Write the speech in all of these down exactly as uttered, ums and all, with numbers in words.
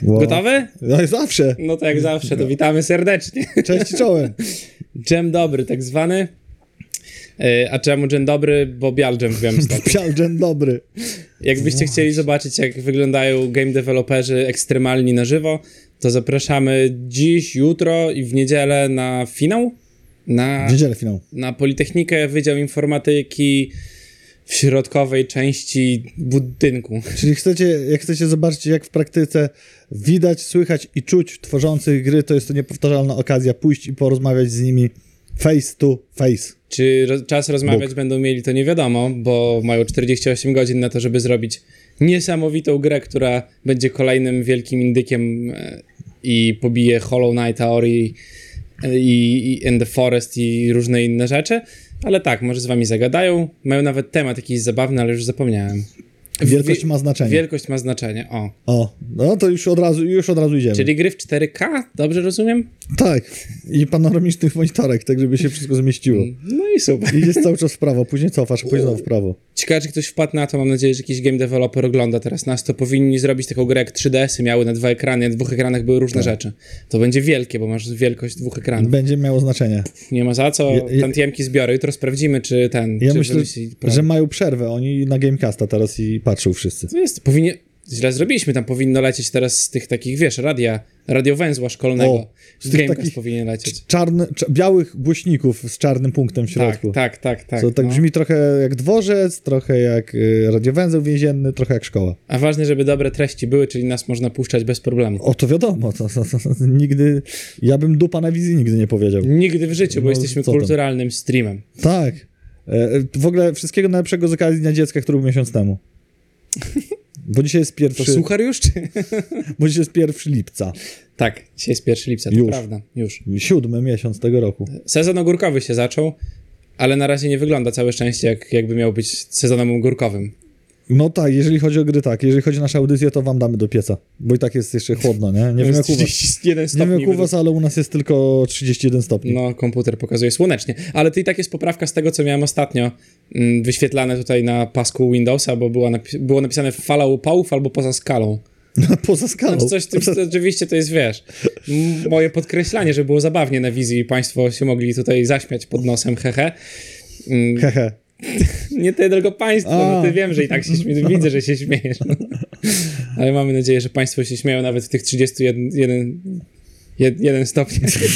Wow. Gotowy? No zawsze. No to jak zawsze, to witamy serdecznie. Cześć i czołem. Dżem dobry tak zwany. A czemu dżem dobry? Bo bial dżem w Białymstoku. Bial dżem dobry. Jakbyście Właśnie. chcieli zobaczyć, jak wyglądają game developerzy ekstremalni na żywo, to zapraszamy dziś, jutro i w niedzielę na finał. Na, w niedzielę finał. Na Politechnikę, Wydział Informatyki w środkowej części budynku. Czyli chcecie, jak chcecie zobaczyć, jak w praktyce widać, słychać i czuć tworzących gry, to jest to niepowtarzalna okazja pójść i porozmawiać z nimi face to face. Czy ro- czas rozmawiać Bóg. będą mieli, to nie wiadomo, bo mają czterdzieści osiem godzin na to, żeby zrobić niesamowitą grę, która będzie kolejnym wielkim indykiem e, i pobije Hollow Knight, Ori e, i, i In the Forest i różne inne rzeczy. Ale tak, może z wami zagadają. Mają nawet temat jakiś zabawny, ale już zapomniałem. Wielkość ma znaczenie. Wielkość ma znaczenie, o. O, no to już od razu, już od razu idziemy. Czyli gry w cztery K? Dobrze rozumiem? Tak. I panoramicznych monitorek, tak żeby się wszystko zmieściło. No i super. Idziesz cały czas w prawo, później cofasz, później znowu w prawo. Ciekawe, czy ktoś wpadł na to, mam nadzieję, że jakiś game developer ogląda teraz nas, to powinni zrobić taką grę jak trzy D S y miały na dwa ekrany, na dwóch ekranach były różne tak. rzeczy. To będzie wielkie, bo masz wielkość dwóch ekranów. Będzie miało znaczenie. Nie ma za co, ja, ja, tantiemki zbiorę, jutro sprawdzimy, czy ten... Ja czy myślę, że mają przerwę, oni na Gamecasta teraz i patrzą wszyscy. To jest, powinien... Źle zrobiliśmy, tam powinno lecieć teraz z tych takich, wiesz, radia, radiowęzła szkolnego. O, z Gamecast powinien lecieć. Czarny, cz- białych głośników z czarnym punktem w środku. Tak, tak, tak. tak Co tak no. brzmi trochę jak dworzec, trochę jak y, radiowęzeł więzienny, trochę jak szkoła. A ważne, żeby dobre treści były, czyli nas można puszczać bez problemu. O, to wiadomo, to, to, to, to, nigdy, ja bym dupa na wizji nigdy nie powiedział. Nigdy w życiu, bo no, jesteśmy kulturalnym tam? streamem. Tak. E, w ogóle wszystkiego najlepszego z okazji Dnia Dziecka, który był miesiąc temu. Bo dzisiaj jest pierwszy... To suchar już, czy? Bo dzisiaj jest pierwszy lipca. Tak, dzisiaj jest pierwszy lipca, to już. prawda, już. Siódmy miesiąc tego roku. Sezon ogórkowy się zaczął, ale na razie nie wygląda całe szczęście, jak, jakby miał być sezonem ogórkowym. No tak, jeżeli chodzi o gry, tak. Jeżeli chodzi o naszą audycję, to wam damy do pieca. Bo i tak jest jeszcze chłodno, nie? Nie wiem jak u was. trzydzieści jeden stopni. Nie wiem jak u was, ale u nas jest tylko trzydzieści jeden stopni. No, komputer pokazuje słonecznie. Ale to i tak jest poprawka z tego, co miałem ostatnio mm, wyświetlane tutaj na pasku Windowsa, bo była napi- było napisane falał pałów albo poza skalą. Poza skalą. Znaczy coś, to, to oczywiście to jest, wiesz, m- moje podkreślanie, że było zabawnie na wizji i państwo się mogli tutaj zaśmiać pod nosem, hehe. Mm, Hehe. Nie ty, tylko państwo, no ty wiem, że i tak się śmiejesz, widzę, że się śmiejesz. No. Ale mamy nadzieję, że państwo się śmieją nawet w tych trzydzieści jeden stopni.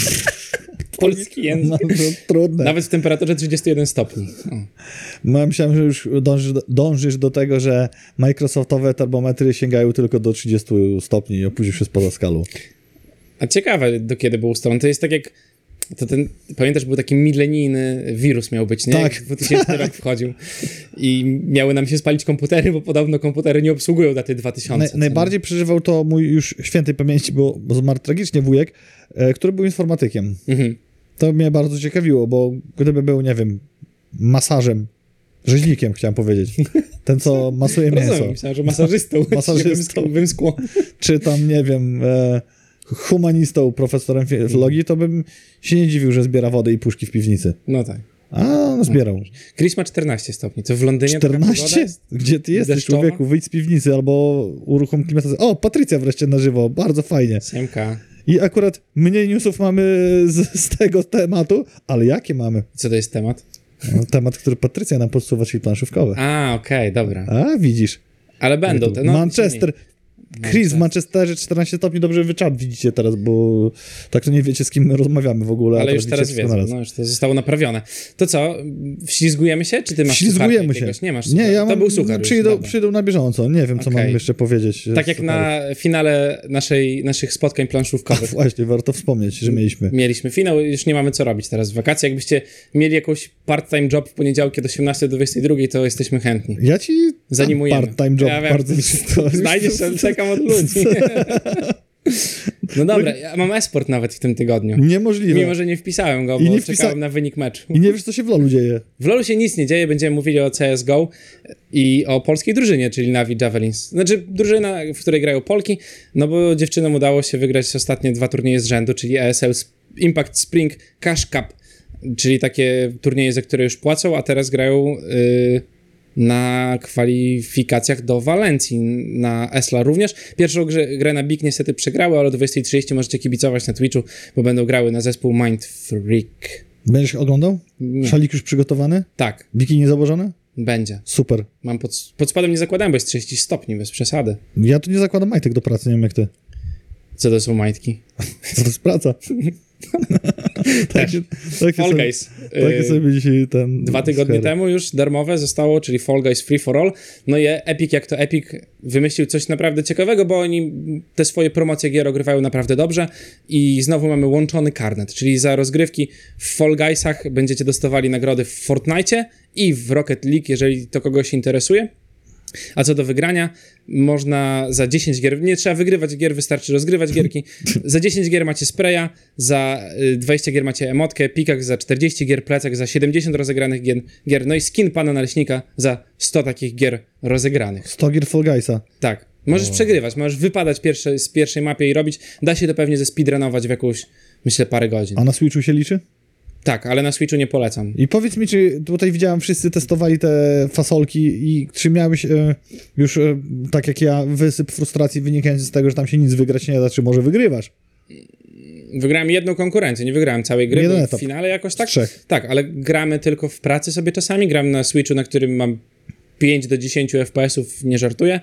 Polski język. No, trudne. Nawet w temperaturze trzydzieści jeden stopni. O. No, myślałem, że już dążysz do, dążysz do tego, że Microsoftowe termometry sięgają tylko do trzydziestu stopni i później już poza skalą. A ciekawe, do kiedy był ustalony. To jest tak jak to ten, pamiętasz, był taki milenijny wirus miał być, nie? Tak. Jak w dwutysięczny rok wchodził i miały nam się spalić komputery, bo podobno komputery nie obsługują daty dwa tysiące. Naj, najbardziej przeżywał to mój już świętej pamięci, bo, bo zmarł tragicznie wujek, e, który był informatykiem. Mhm. To mnie bardzo ciekawiło, bo gdyby był, nie wiem, masażem, rzeźnikiem chciałem powiedzieć, ten co masuje mięso. Rozumiem, myślałem, że masażystą. Masażystą. Wymskło. Czy tam, nie wiem... E, humanistą, profesorem filologii, to bym się nie dziwił, że zbiera wodę i puszki w piwnicy. No tak. A, no zbierał. Chris ma czternaście stopni. To w Londynie czternaście? Gdzie ty jesteś, deszczowa? Człowieku? Wyjdź z piwnicy albo uruchom klimatyzację. O, Patrycja wreszcie na żywo. Bardzo fajnie. Siemka. I akurat mniej newsów mamy z, z tego tematu, ale jakie mamy? Co to jest temat? No, temat, który Patrycja nam podsuwa, czyli planszówkowe. A, okej, okay, dobra. A, widzisz. Ale będą te... No, Manchester... Chris w Manchesterze czternaście stopni, dobrze wy czat widzicie teraz, bo tak to nie wiecie, z kim my rozmawiamy w ogóle. Ale już teraz wiedzą, no już to zostało naprawione. To co, wślizgujemy się, czy ty masz Wślizgujemy się. Nie masz Nie, ja to mam, był suchar. Przyjdą, przyjdą na bieżąco, nie wiem, co okay. mam jeszcze powiedzieć. Tak jak na finale naszej, naszych spotkań planszówkowych. A, właśnie, warto wspomnieć, że mieliśmy. Mieliśmy finał, już nie mamy co robić teraz w wakacje. Jakbyście mieli jakąś part-time job w poniedziałki od osiemnastej do dwudziestej drugiej, to jesteśmy chętni. Ja ci zanimujemy. Part-time job, ja bardzo mi się to... Znajdziesz, ale czekam od ludzi. No dobra, ja mam e-sport nawet w tym tygodniu. Niemożliwe. Mimo, że nie wpisałem go, bo nie wpisa... czekałem na wynik meczu. I nie wiesz, co się w LoLu dzieje. W LoLu się nic nie dzieje, będziemy mówili o C S G O i o polskiej drużynie, czyli Navi Javelins. Znaczy drużyna, w której grają Polki, no bo dziewczynom udało się wygrać ostatnie dwa turnieje z rzędu, czyli E S L Impact Spring Cash Cup, czyli takie turnieje, za które już płacą, a teraz grają... Yy... na kwalifikacjach do Walencji na E S L A również. Pierwszą grę, grę na Big niestety przegrały, ale o dwudziestej trzydzieści możecie kibicować na Twitchu, bo będą grały na zespół Mind Freak. Będziesz oglądał? Nie. Szalik już przygotowany? Tak, Bikini założone? będzie. Super. Mam pod, pod spodem nie zakładałem, bo jest trzydzieści stopni, bez przesady. Ja tu nie zakładam majtek do pracy, nie wiem jak ty. Co to są majtki? To jest praca. tak, tak Fall sobie, Guys. tak sobie dzisiaj ten... Dwa tygodnie sfery. temu już darmowe zostało, czyli Fall Guys Free for All. No i Epic, jak to Epic, wymyślił coś naprawdę ciekawego, bo oni te swoje promocje gier ogrywają naprawdę dobrze i znowu mamy łączony karnet, czyli za rozgrywki w Fall Guysach będziecie dostawali nagrody w Fortnite'cie i w Rocket League, jeżeli to kogoś interesuje. A co do wygrania, można za dziesięć gier, nie trzeba wygrywać gier, wystarczy rozgrywać gierki. Za dziesięć gier macie spraya, za dwadzieścia gier macie emotkę, pikak za czterdzieści gier, plecak za siedemdziesiąt rozegranych gier, gier, no i skin pana naleśnika za sto takich gier rozegranych. sto gier Fall Guysa. Tak. Możesz O. przegrywać, możesz wypadać pierwsze, z pierwszej mapy i robić. Da się to pewnie ze speedrunować w jakąś, myślę, parę godzin. A na Switchu się liczy? Tak, ale na Switchu nie polecam. I powiedz mi, czy tutaj widziałem, wszyscy testowali te fasolki i czy miałeś e, już, e, tak jak ja, wysyp frustracji wynikający z tego, że tam się nic wygrać nie da, czy może wygrywasz? Wygrałem jedną konkurencję, nie wygrałem całej gry, Jeden bo etap. w finale jakoś tak. Z trzech. Tak, ale gramy tylko w pracy sobie czasami, gram na Switchu, na którym mam pięć do dziesięciu F P S-ów, nie żartuję.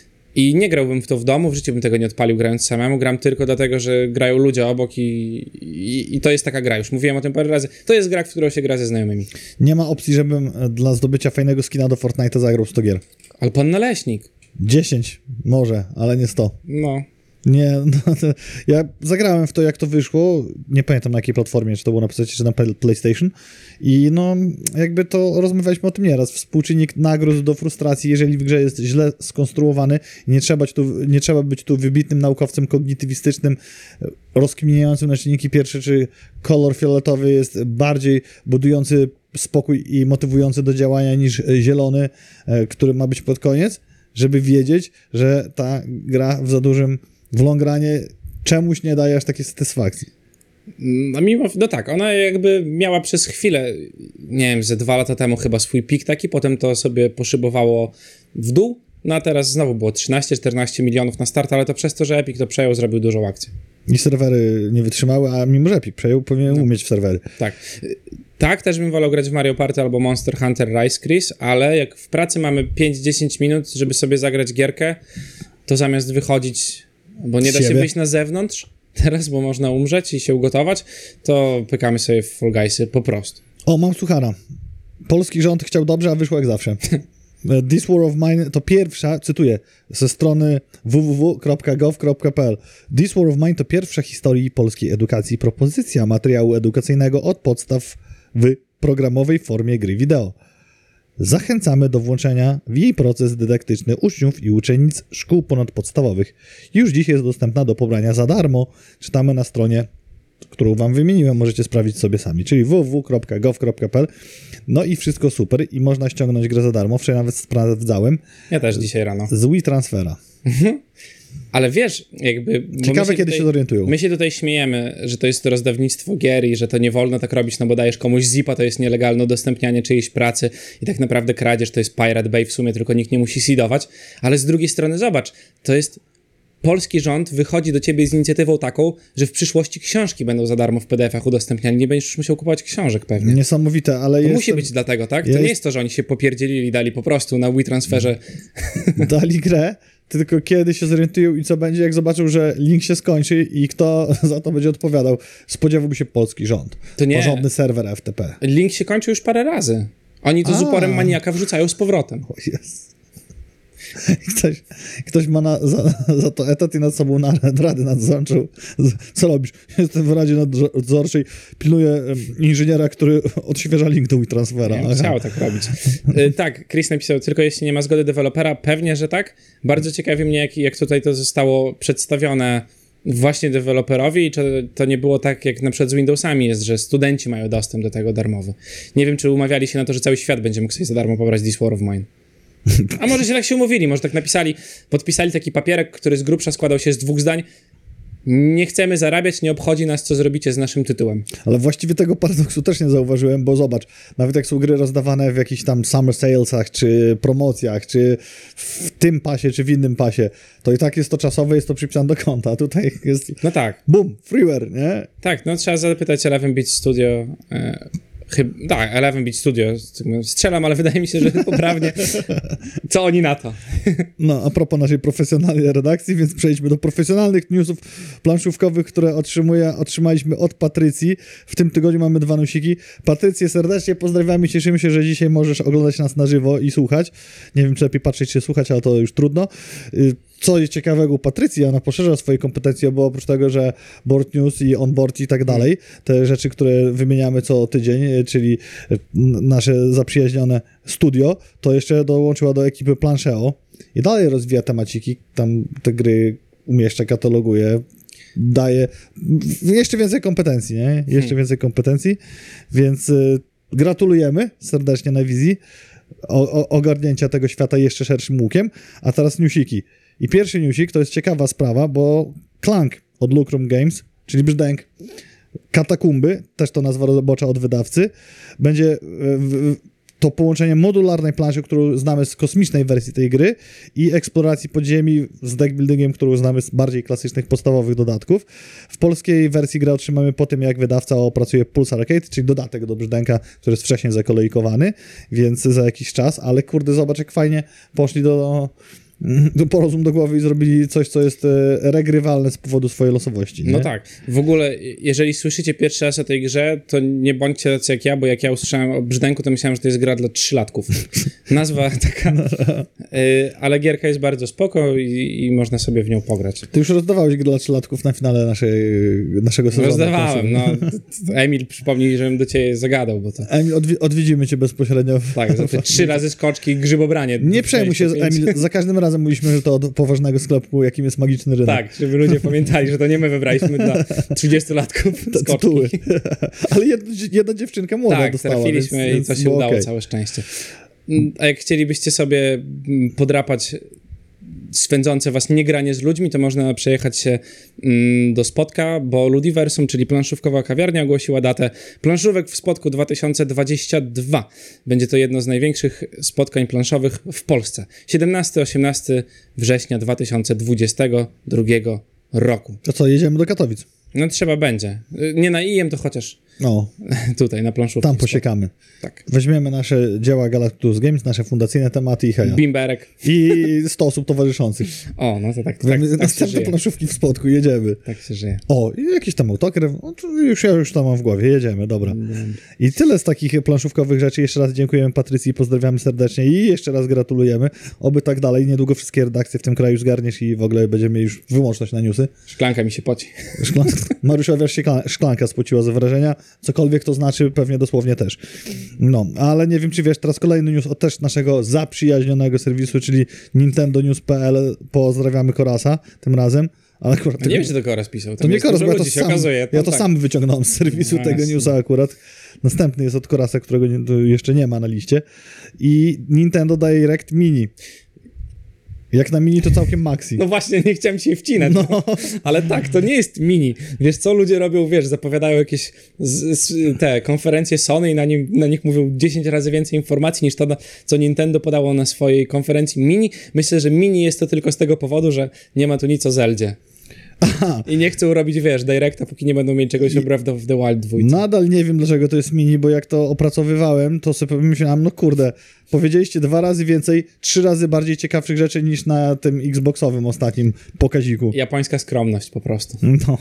I nie grałbym w to w domu, w życiu bym tego nie odpalił grając samemu, gram tylko dlatego, że grają ludzie obok i, i, i to jest taka gra, już mówiłem o tym parę razy, to jest gra, w którą się gra ze znajomymi. Nie ma opcji, żebym e, dla zdobycia fajnego skina do Fortnite'a zagrał sto gier. Ale pan naleśnik, dziesięć może, ale nie sto. no, Nie, no, to, ja zagrałem w to, jak to wyszło, nie pamiętam na jakiej platformie, czy to było na P C, czy na PlayStation i no, jakby to rozmawialiśmy o tym nieraz, współczynnik nagród do frustracji, jeżeli w grze jest źle skonstruowany, nie trzeba, tu, nie trzeba być tu wybitnym naukowcem kognitywistycznym, rozkminiającym na czynniki pierwsze, czy kolor fioletowy jest bardziej budujący spokój i motywujący do działania niż zielony, który ma być pod koniec, żeby wiedzieć, że ta gra w za dużym w longranie czemuś nie daje aż takiej satysfakcji. no mimo, no tak, ona jakby miała przez chwilę, nie wiem, ze dwa lata temu chyba swój pik taki, potem to sobie poszybowało w dół, no a teraz znowu było trzynaście czternaście milionów na start, ale to przez to, że Epic to przejął, zrobił dużą akcję. I serwery nie wytrzymały, a mimo że Epic przejął, powinien No. umieć w serwery. Tak. Tak, też bym wolał grać w Mario Party albo Monster Hunter Rise Chris, ale jak w pracy mamy pięć dziesięć minut, żeby sobie zagrać gierkę, to zamiast wychodzić, bo nie da się Siebie. wyjść na zewnątrz teraz, bo można umrzeć i się ugotować, to pykamy sobie w Fall Guysy po prostu. O, mam suchara. Polski rząd chciał dobrze, a wyszło jak zawsze. This War of Mine to pierwsza, cytuję, ze strony w w w kropka gov kropka p l. This War of Mine to pierwsza w historii polskiej edukacji propozycja materiału edukacyjnego od podstaw w programowej formie gry wideo. Zachęcamy do włączenia w jej proces dydaktyczny uczniów i uczennic szkół ponadpodstawowych. Już dziś jest dostępna do pobrania za darmo. Czytamy na stronie, którą wam wymieniłem, możecie sprawdzić sobie sami, czyli w w w kropka gov kropka p l. No i wszystko super i można ściągnąć grę za darmo, wczoraj nawet sprawdzałem, Ja też dzisiaj rano. z Wii Transfera. Ale wiesz, jakby... bo Ciekawe, my się kiedy tutaj, się zorientują. My się tutaj śmiejemy, że to jest rozdawnictwo gier i że to nie wolno tak robić, no bo dajesz komuś zipa, to jest nielegalne udostępnianie czyjejś pracy i tak naprawdę kradzież to jest Pirate Bay w sumie, tylko nikt nie musi seedować, ale z drugiej strony zobacz, to jest... Polski rząd wychodzi do ciebie z inicjatywą taką, że w przyszłości książki będą za darmo w P D F-ach udostępniane. Nie będziesz już musiał kupować książek pewnie. Niesamowite, ale To jest... musi być dlatego, tak? To jest- nie jest to, że oni się popierdzielili i dali po prostu na Wii Transferze. dali grę, tylko kiedy się zorientują i co będzie, jak zobaczą, że link się skończy i kto za to będzie odpowiadał, spodziewałby się polski rząd. To nie. Porządny serwer F T P. Link się kończył już parę razy. Oni to z A. uporem maniaka wrzucają z powrotem. O jest. Ktoś, ktoś ma na, za, za to etat i nad sobą na, radę nadzorczą. Co robisz? Jestem w radzie nadzorczej, pilnuję em, inżyniera, który odświeża link do WeTransfera. Nie Aha. chciał tak robić. Y, tak, Chris napisał, tylko jeśli nie ma zgody dewelopera, pewnie, że tak. Bardzo ciekawi mnie, jak, jak tutaj to zostało przedstawione właśnie deweloperowi i czy to nie było tak, jak na przykład z Windowsami jest, że studenci mają dostęp do tego darmowy. Nie wiem, czy umawiali się na to, że cały świat będzie mógł sobie za darmo pobrać This War of Mine. A może się tak się umówili, może tak napisali, podpisali taki papierek, który z grubsza składał się z dwóch zdań. Nie chcemy zarabiać, nie obchodzi nas, co zrobicie z naszym tytułem. Ale właściwie tego paradoksu też nie zauważyłem, bo zobacz, nawet jak są gry rozdawane w jakichś tam summer salesach, czy promocjach, czy w tym pasie, czy w innym pasie, to i tak jest to czasowe, jest to przypisane do konta, a tutaj jest... No tak. Boom, freeware, nie? Tak, no trzeba zapytać Eleven Beat Studio... E, chyb, tak, Eleven Beat Studio. Strzelam, ale wydaje mi się, że poprawnie. Co oni na to? No, a propos naszej profesjonalnej redakcji, więc przejdźmy do profesjonalnych newsów planszówkowych, które otrzymuje, otrzymaliśmy od Patrycji. W tym tygodniu mamy dwa newsiki. Patrycję serdecznie pozdrawiamy, cieszymy się, że dzisiaj możesz oglądać nas na żywo i słuchać. Nie wiem, czy lepiej patrzeć, czy słuchać, ale to już trudno. Co jest ciekawego u Patrycji, ona poszerza swoje kompetencje, bo oprócz tego, że board news i onboard i tak dalej, te rzeczy, które wymieniamy co tydzień, czyli nasze zaprzyjaźnione studio, to jeszcze dołączyła do ekipy Planszeo i dalej rozwija temaciki, tam te gry umieszcza, kataloguje, daje jeszcze więcej kompetencji, nie? Jeszcze hmm. więcej kompetencji, więc y, gratulujemy serdecznie na wizji o, o, ogarnięcia tego świata jeszcze szerszym łukiem, a teraz newsiki. I pierwszy newsik to jest ciekawa sprawa, bo Clank od Lucrum Games, czyli brzdęk, Katakumby, też to nazwa robocza od wydawcy, będzie to połączenie modularnej planszy, którą znamy z kosmicznej wersji tej gry i eksploracji podziemi z deckbuildingiem, którą znamy z bardziej klasycznych, podstawowych dodatków. W polskiej wersji gry otrzymamy po tym, jak wydawca opracuje Pulsar Arcade, czyli dodatek do brzdęka, który jest wcześniej zakolejkowany, więc za jakiś czas, ale kurde, zobacz, jak fajnie poszli do... do porozum do głowy i zrobili coś, co jest regrywalne z powodu swojej losowości. Nie? No tak. W ogóle, jeżeli słyszycie pierwszy raz o tej grze, to nie bądźcie tacy jak ja, bo jak ja usłyszałem o brzdęku, to myślałem, że to jest gra dla trzylatków. Nazwa taka, y, ale gierka jest bardzo spoko i, i można sobie w nią pograć. Ty już rozdawałeś gry dla trzylatków na finale naszej, naszego sezonu. Rozdawałem, no. Emil przypomnij, żebym do ciebie zagadał, bo to... Emil, odwi- odwiedzimy cię bezpośrednio. Tak, za te trzy razy skoczki i grzybobranie. Nie przejmuj się, Emil, za każdym razem mówiliśmy, że to od poważnego sklepu, jakim jest Magiczny Rynek. Tak, żeby ludzie pamiętali, że to nie my wybraliśmy dla trzydziestolatków skoczki. Ale jedna, jedna dziewczynka młoda tak, dostała. trafiliśmy więc, więc i to się udało, okay. Całe szczęście. A jak chcielibyście sobie podrapać swędzące was niegranie z ludźmi, to można przejechać się mm, do Spotka, bo Ludiversum, czyli planszówkowa kawiarnia, ogłosiła datę planszówek w Spotku dwa tysiące dwudziesty drugi. Będzie to jedno z największych spotkań planszowych w Polsce. siedemnastego osiemnastego września dwa tysiące dwudziestego drugiego roku. To co, jedziemy do Katowic? No trzeba będzie. Nie na I E M, to chociaż no. tutaj na planszówce. Tam posiekamy. Tak. Weźmiemy nasze dzieła Galactus Games, nasze fundacyjne tematy i heja. Bimberek. I sto osób towarzyszących. O, no to tak, tak, tak następne planszówki w Spotku, jedziemy. Tak się żyje. O, i jakiś tam autokrew, no, już, ja już tam mam w głowie, jedziemy, dobra. Mm. I tyle z takich planszówkowych rzeczy. Jeszcze raz dziękujemy Patrycji, pozdrawiamy serdecznie i jeszcze raz gratulujemy. Oby tak dalej. Niedługo wszystkie redakcje w tym kraju zgarniesz i w ogóle będziemy już wyłączność na newsy. Szklanka mi się poci. Szklan... Mariuszowi aż się szklanka spociła ze wrażenia. Cokolwiek to znaczy, pewnie dosłownie też. No, ale nie wiem, czy wiesz, teraz kolejny news od też naszego zaprzyjaźnionego serwisu, czyli Nintendo News kropka p l. Pozdrawiamy Korasa tym razem. Ale akurat tego... Nie wiem, czy to Koras pisał. To nie Koras, bo ja to, sam, okazuje, ja to tak. sam wyciągnąłem z serwisu no, tego jasne. newsa akurat. Następny jest od Korasa, którego nie, jeszcze nie ma na liście. I Nintendo Direct Mini. Jak na mini to całkiem maxi. No właśnie, nie chciałem się wcinać. No. Ale tak, to nie jest mini. Wiesz, co ludzie robią, wiesz, zapowiadają jakieś z, z, te konferencje Sony i na, nim, na nich mówią dziesięć razy więcej informacji niż to, co Nintendo podało na swojej konferencji mini. Myślę, że mini jest to tylko z tego powodu, że nie ma tu nic o Zeldzie. Aha. I nie chcą robić, wiesz, Directa, póki nie będą mieć czegoś o Breath of the Wild dwa. Nadal nie wiem, dlaczego to jest mini, bo jak to opracowywałem, to sobie myślałem, no kurde, powiedzieliście dwa razy więcej, trzy razy bardziej ciekawszych rzeczy niż na tym Xboxowym ostatnim pokaziku. Japońska skromność po prostu. No,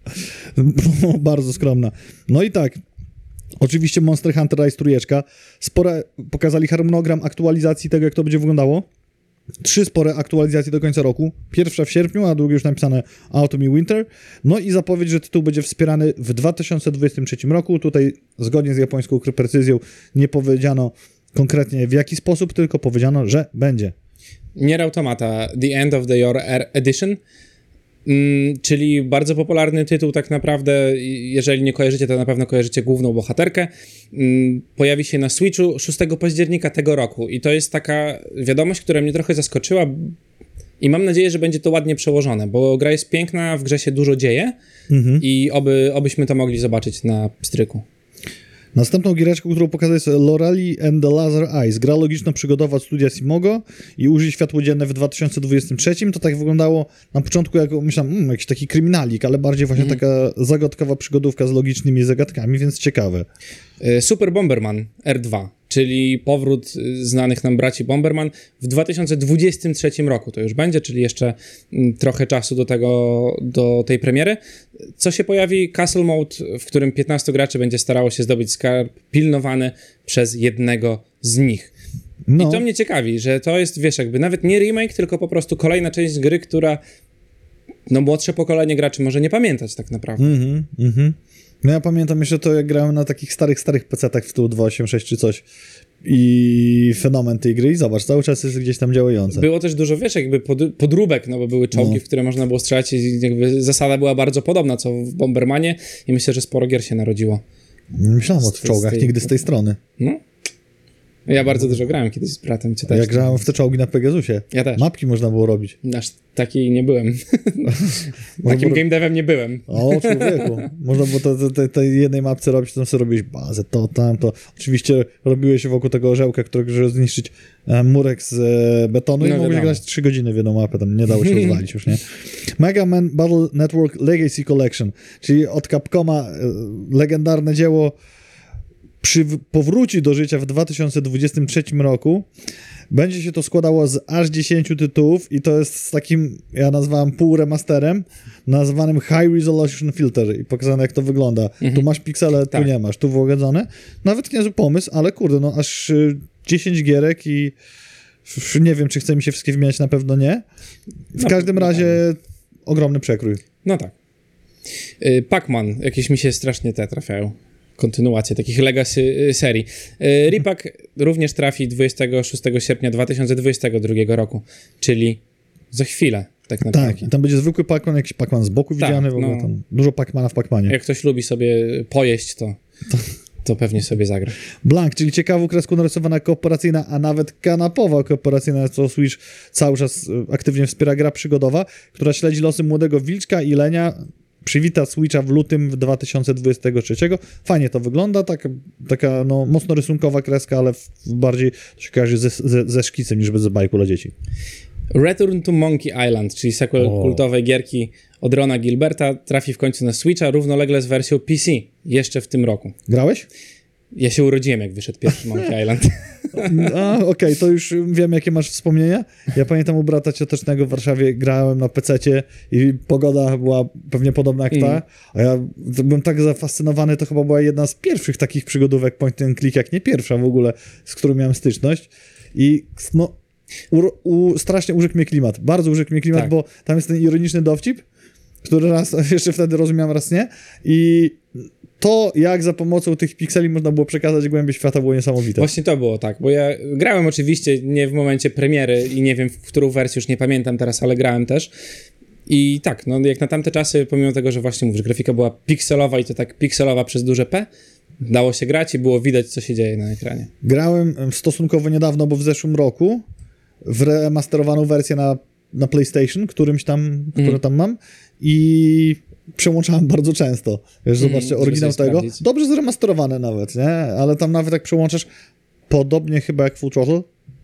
no bardzo skromna. No i tak, oczywiście Monster Hunter Rise trójeczka, spore pokazali harmonogram aktualizacji tego, jak to będzie wyglądało. Trzy spore aktualizacje do końca roku. Pierwsza w sierpniu, a drugie już napisane Autumn i Winter. No i zapowiedź, że tytuł będzie wspierany w dwa tysiące dwudziestym trzecim roku. Tutaj zgodnie z japońską precyzją nie powiedziano konkretnie w jaki sposób, tylko powiedziano, że będzie. Nier Automata The End of the Your Edition, mm, czyli bardzo popularny tytuł tak naprawdę. Jeżeli nie kojarzycie, to na pewno kojarzycie główną bohaterkę. Mm, pojawi się na Switchu szóstego października tego roku i to jest taka wiadomość, która mnie trochę zaskoczyła, I mam nadzieję, że będzie to ładnie przełożone, bo gra jest piękna, w grze się dużo dzieje mhm. i oby, obyśmy to mogli zobaczyć na pstryku. Następną giereczką, którą pokazuje jest Lorelei and the Laser Eyes. Gra logiczno-przygodowa studia Simogo i ujrzy światło dzienne w dwa tysiące dwudziestym trzecim. To tak wyglądało na początku, jak myślałem, mm, jakiś taki kryminalik, ale bardziej właśnie mm. taka zagadkowa przygodówka z logicznymi zagadkami, więc ciekawe. Super Bomberman R dwa, czyli powrót znanych nam braci Bomberman w dwa tysiące dwudziestym trzecim roku to już będzie, czyli jeszcze trochę czasu do tego, do tej premiery. Co się pojawi? Castle Mode, w którym piętnastu graczy będzie starało się zdobyć skarb pilnowany przez jednego z nich. No. I to mnie ciekawi, że to jest, wiesz, jakby nawet nie remake, tylko po prostu kolejna część gry, która no młodsze pokolenie graczy może nie pamiętać tak naprawdę. Mhm, mhm. No ja pamiętam jeszcze to, jak grałem na takich starych, starych pecetach w tyłu dwa osiem sześć czy coś i fenomen tej gry i zobacz, cały czas jest gdzieś tam działające. Było też dużo, wiesz, jakby pod, podróbek, no bo były czołgi, no. w które można było strzelać i jakby zasada była bardzo podobna, co w Bombermanie i myślę, że sporo gier się narodziło. Myślałem o czołgach, tej... nigdy z tej strony. No. Ja bardzo dużo grałem kiedyś z bratem. Czy też ja grałem w te czołgi na Pegasusie. Ja też. Mapki można było robić. Aż taki nie byłem. Takim game devem nie byłem. O, człowieku. Można było to, te, te jednej mapce robić, to sobie robiłeś bazę, to, tamto. Oczywiście robiłeś wokół tego orzełka, którego zniszczyć e, murek z e, betonu no, i mogłeś grać trzy godziny w jedną mapę, tam nie dało się rozwalić już, nie? Mega Man Battle Network Legacy Collection, czyli od Capcoma e, legendarne dzieło przy, powróci do życia w dwa tysiące dwudziestym trzecim roku. Będzie się to składało z aż dziesięciu tytułów i to jest z takim, ja nazwałem półremasterem, nazwanym High Resolution Filter i pokazane, jak to wygląda. Mhm. Tu masz piksele, tak. tu nie masz, tu wyłogadzone. Nawet niezły pomysł, ale kurde, no aż dziesięć gierek i nie wiem, czy chce mi się wszystkie wymieniać, na pewno nie. W no, każdym razie tak. ogromny przekrój. No tak. Yy, Pac-Man, jakieś mi się strasznie te trafiają. Kontynuację takich legacy serii. Repack również trafi dwudziestego szóstego sierpnia dwa tysiące dwudziestego drugiego roku, czyli za chwilę tak naprawdę. Tak, i tam będzie zwykły Pac-Man, jakiś Pac-Man z boku tak, widziany, w ogóle no. tam dużo Pac-Mana w Pac-Manie. Jak ktoś lubi sobie pojeść, to, to pewnie sobie zagra. Blank, czyli ciekawą kreską narysowana kooperacyjna, a nawet kanapowa kooperacyjna, co Switch cały czas aktywnie wspiera, gra przygodowa, która śledzi losy młodego wilczka i lenia. Przywita Switcha w lutym w dwa tysiące dwudziestego trzeciego. Fajnie to wygląda, tak, taka no, mocno rysunkowa kreska, ale w, bardziej to się kojarzy ze, ze, ze szkicem niż bez bajku dla dzieci. Return to Monkey Island, czyli sequel o. kultowej gierki od Rona Gilberta, trafi w końcu na Switcha równolegle z wersją P C jeszcze w tym roku. Grałeś? Ja się urodziłem, jak wyszedł pierwszy Monkey Island. A, okej, okay, to już wiem, jakie masz wspomnienia. Ja pamiętam, u brata ciotecznego w Warszawie grałem na pececie i pogoda była pewnie podobna jak ta, mm. a ja byłem tak zafascynowany, to chyba była jedna z pierwszych takich przygodówek point and click, jak nie pierwsza w ogóle, z którą miałem styczność i no, u, u, strasznie urzekł mnie klimat, bardzo urzekł mnie klimat, tak. bo tam jest ten ironiczny dowcip, który raz jeszcze wtedy rozumiałem, raz nie i to, jak za pomocą tych pikseli można było przekazać głębię świata, było niesamowite. Właśnie to było tak, bo ja grałem oczywiście nie w momencie premiery i nie wiem, w którą wersję, już nie pamiętam teraz, ale grałem też. I tak, no jak na tamte czasy, pomimo tego, że właśnie mówisz, grafika była pikselowa i to tak pikselowa przez duże P, dało się grać i było widać, co się dzieje na ekranie. Grałem stosunkowo niedawno, bo w zeszłym roku, w remasterowaną wersję na, na PlayStation, którymś tam, mm. które tam mam i przełączałem bardzo często. Wiesz, mm, zobaczcie, oryginał tego. Sprawdzić. Dobrze zremasterowane nawet, nie? Ale tam nawet jak przełączasz, podobnie chyba jak Full Throttle,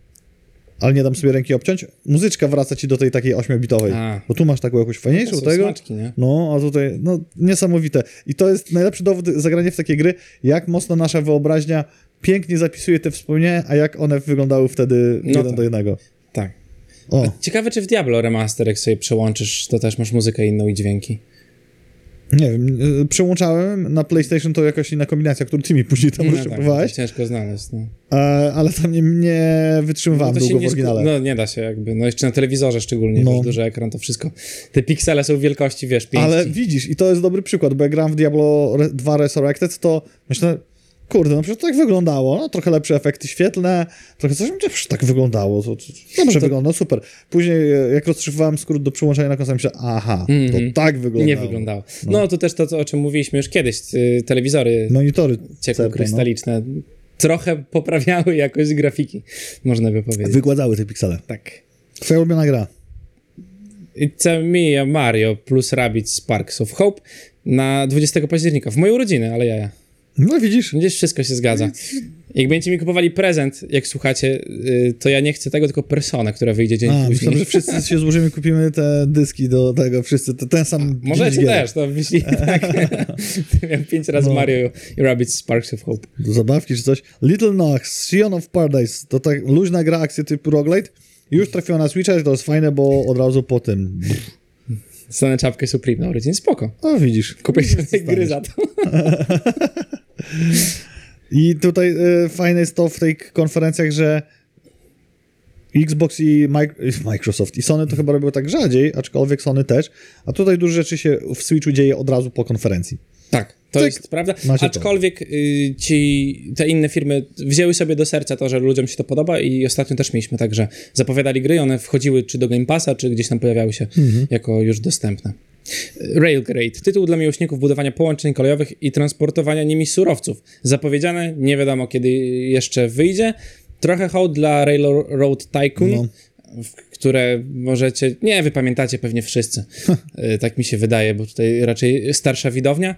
ale nie dam sobie ręki obciąć, muzyczka wraca ci do tej takiej ośmiobitowej. A. Bo tu masz taką jakąś fajniejszą tego. Smaczki, nie? No, a tutaj, no, niesamowite. I to jest najlepszy dowód zagrania w takie gry, jak mocno nasza wyobraźnia pięknie zapisuje te wspomnienia, a jak one wyglądały wtedy no jeden tak. do jednego. Tak. O. Ciekawe, czy w Diablo Remaster, jak sobie przełączysz, to też masz muzykę inną i dźwięki. Nie wiem, przełączałem na PlayStation, to jakoś inna kombinacja, którą ty mi później tam no rozszifrowałeś. Tak, ciężko znaleźć, no. E, ale tam nie, nie wytrzymywałem no długo w oryginale. No nie da się jakby, no jeszcze na telewizorze szczególnie, no. Wiesz, duży ekran, to wszystko. Te piksele są wielkości, wiesz, pięści. Ale widzisz, i to jest dobry przykład, bo jak gram w Diablo dwa Resurrected, to myślę, kurde, no przecież to tak wyglądało, no trochę lepsze efekty świetlne, trochę coś, przecież tak wyglądało, to, to dobrze to... wygląda, super. Później jak rozszyfrowałem skrót do przyłączenia na konsolę, myślę, aha, mm-hmm. to tak wyglądało. Nie wyglądało. No. no to też to, o czym mówiliśmy już kiedyś, telewizory monitory ciepłokrystaliczne no. trochę poprawiały jakość grafiki, można by powiedzieć. Wygładzały te piksele. Tak. Twoja ulubiona gra? It's a me, a Mario plus Rabbids Sparks of Hope na dwudziestego października, w moją urodziny, ale ja. No widzisz. Gdzieś wszystko się zgadza. Jak będziecie mi kupowali prezent, jak słuchacie, to ja nie chcę tego, tylko Personę, która wyjdzie dzień A, później. myślałem, że wszyscy się złożymy, kupimy te dyski do tego, wszyscy, to ten sam... A, możecie gier. też, to wyślij, tak. Miałem pięć razy No. Mario i Rabbids Sparks of Hope. Do zabawki czy coś. Little Nox, Sion of Paradise, to tak luźna gra akcji typu roguelite. Już trafiła na Switcha i to jest fajne, bo od razu po tym... Stanę czapkę Supreme na urodziny, spoko. O, widzisz. Kupię sobie tej gry za to. I tutaj y, fajne jest to w tych konferencjach, że Xbox i Mi- Microsoft i Sony to chyba robią tak rzadziej, aczkolwiek Sony też, a tutaj dużo rzeczy się w Switchu dzieje od razu po konferencji. Tak, to Cyk. jest prawda. Macie Aczkolwiek y, ci, te inne firmy wzięły sobie do serca to, że ludziom się to podoba i ostatnio też mieliśmy tak, że zapowiadali gry, one wchodziły czy do Game Passa, czy gdzieś tam pojawiały się Mhm. jako już dostępne. Railgrade. Tytuł dla miłośników budowania połączeń kolejowych i transportowania nimi surowców. Zapowiedziane, nie wiadomo kiedy jeszcze wyjdzie. Trochę hołd dla Railroad Tycoon, No. w które możecie... Nie, wy pamiętacie pewnie wszyscy. Y, tak mi się wydaje, bo tutaj raczej starsza widownia.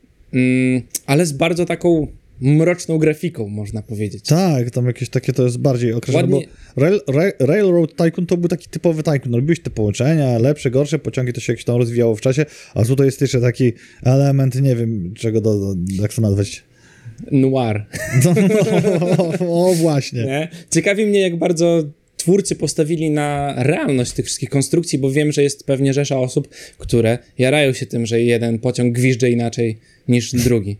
Mm, ale z bardzo taką mroczną grafiką, można powiedzieć. Tak, tam jakieś takie to jest bardziej określone, Ładnie- bo Rail, Rail, Railroad Tycoon to był taki typowy tycoon. Robiłeś te połączenia, lepsze, gorsze, pociągi to się jakieś tam rozwijało w czasie, a tutaj jest jeszcze taki element, nie wiem czego, do, do, jak to nazwać. Noir. No, no, o, właśnie. Nie? Ciekawi mnie, jak bardzo twórcy postawili na realność tych wszystkich konstrukcji, bo wiem, że jest pewnie rzesza osób, które jarają się tym, że jeden pociąg gwizdże inaczej niż drugi.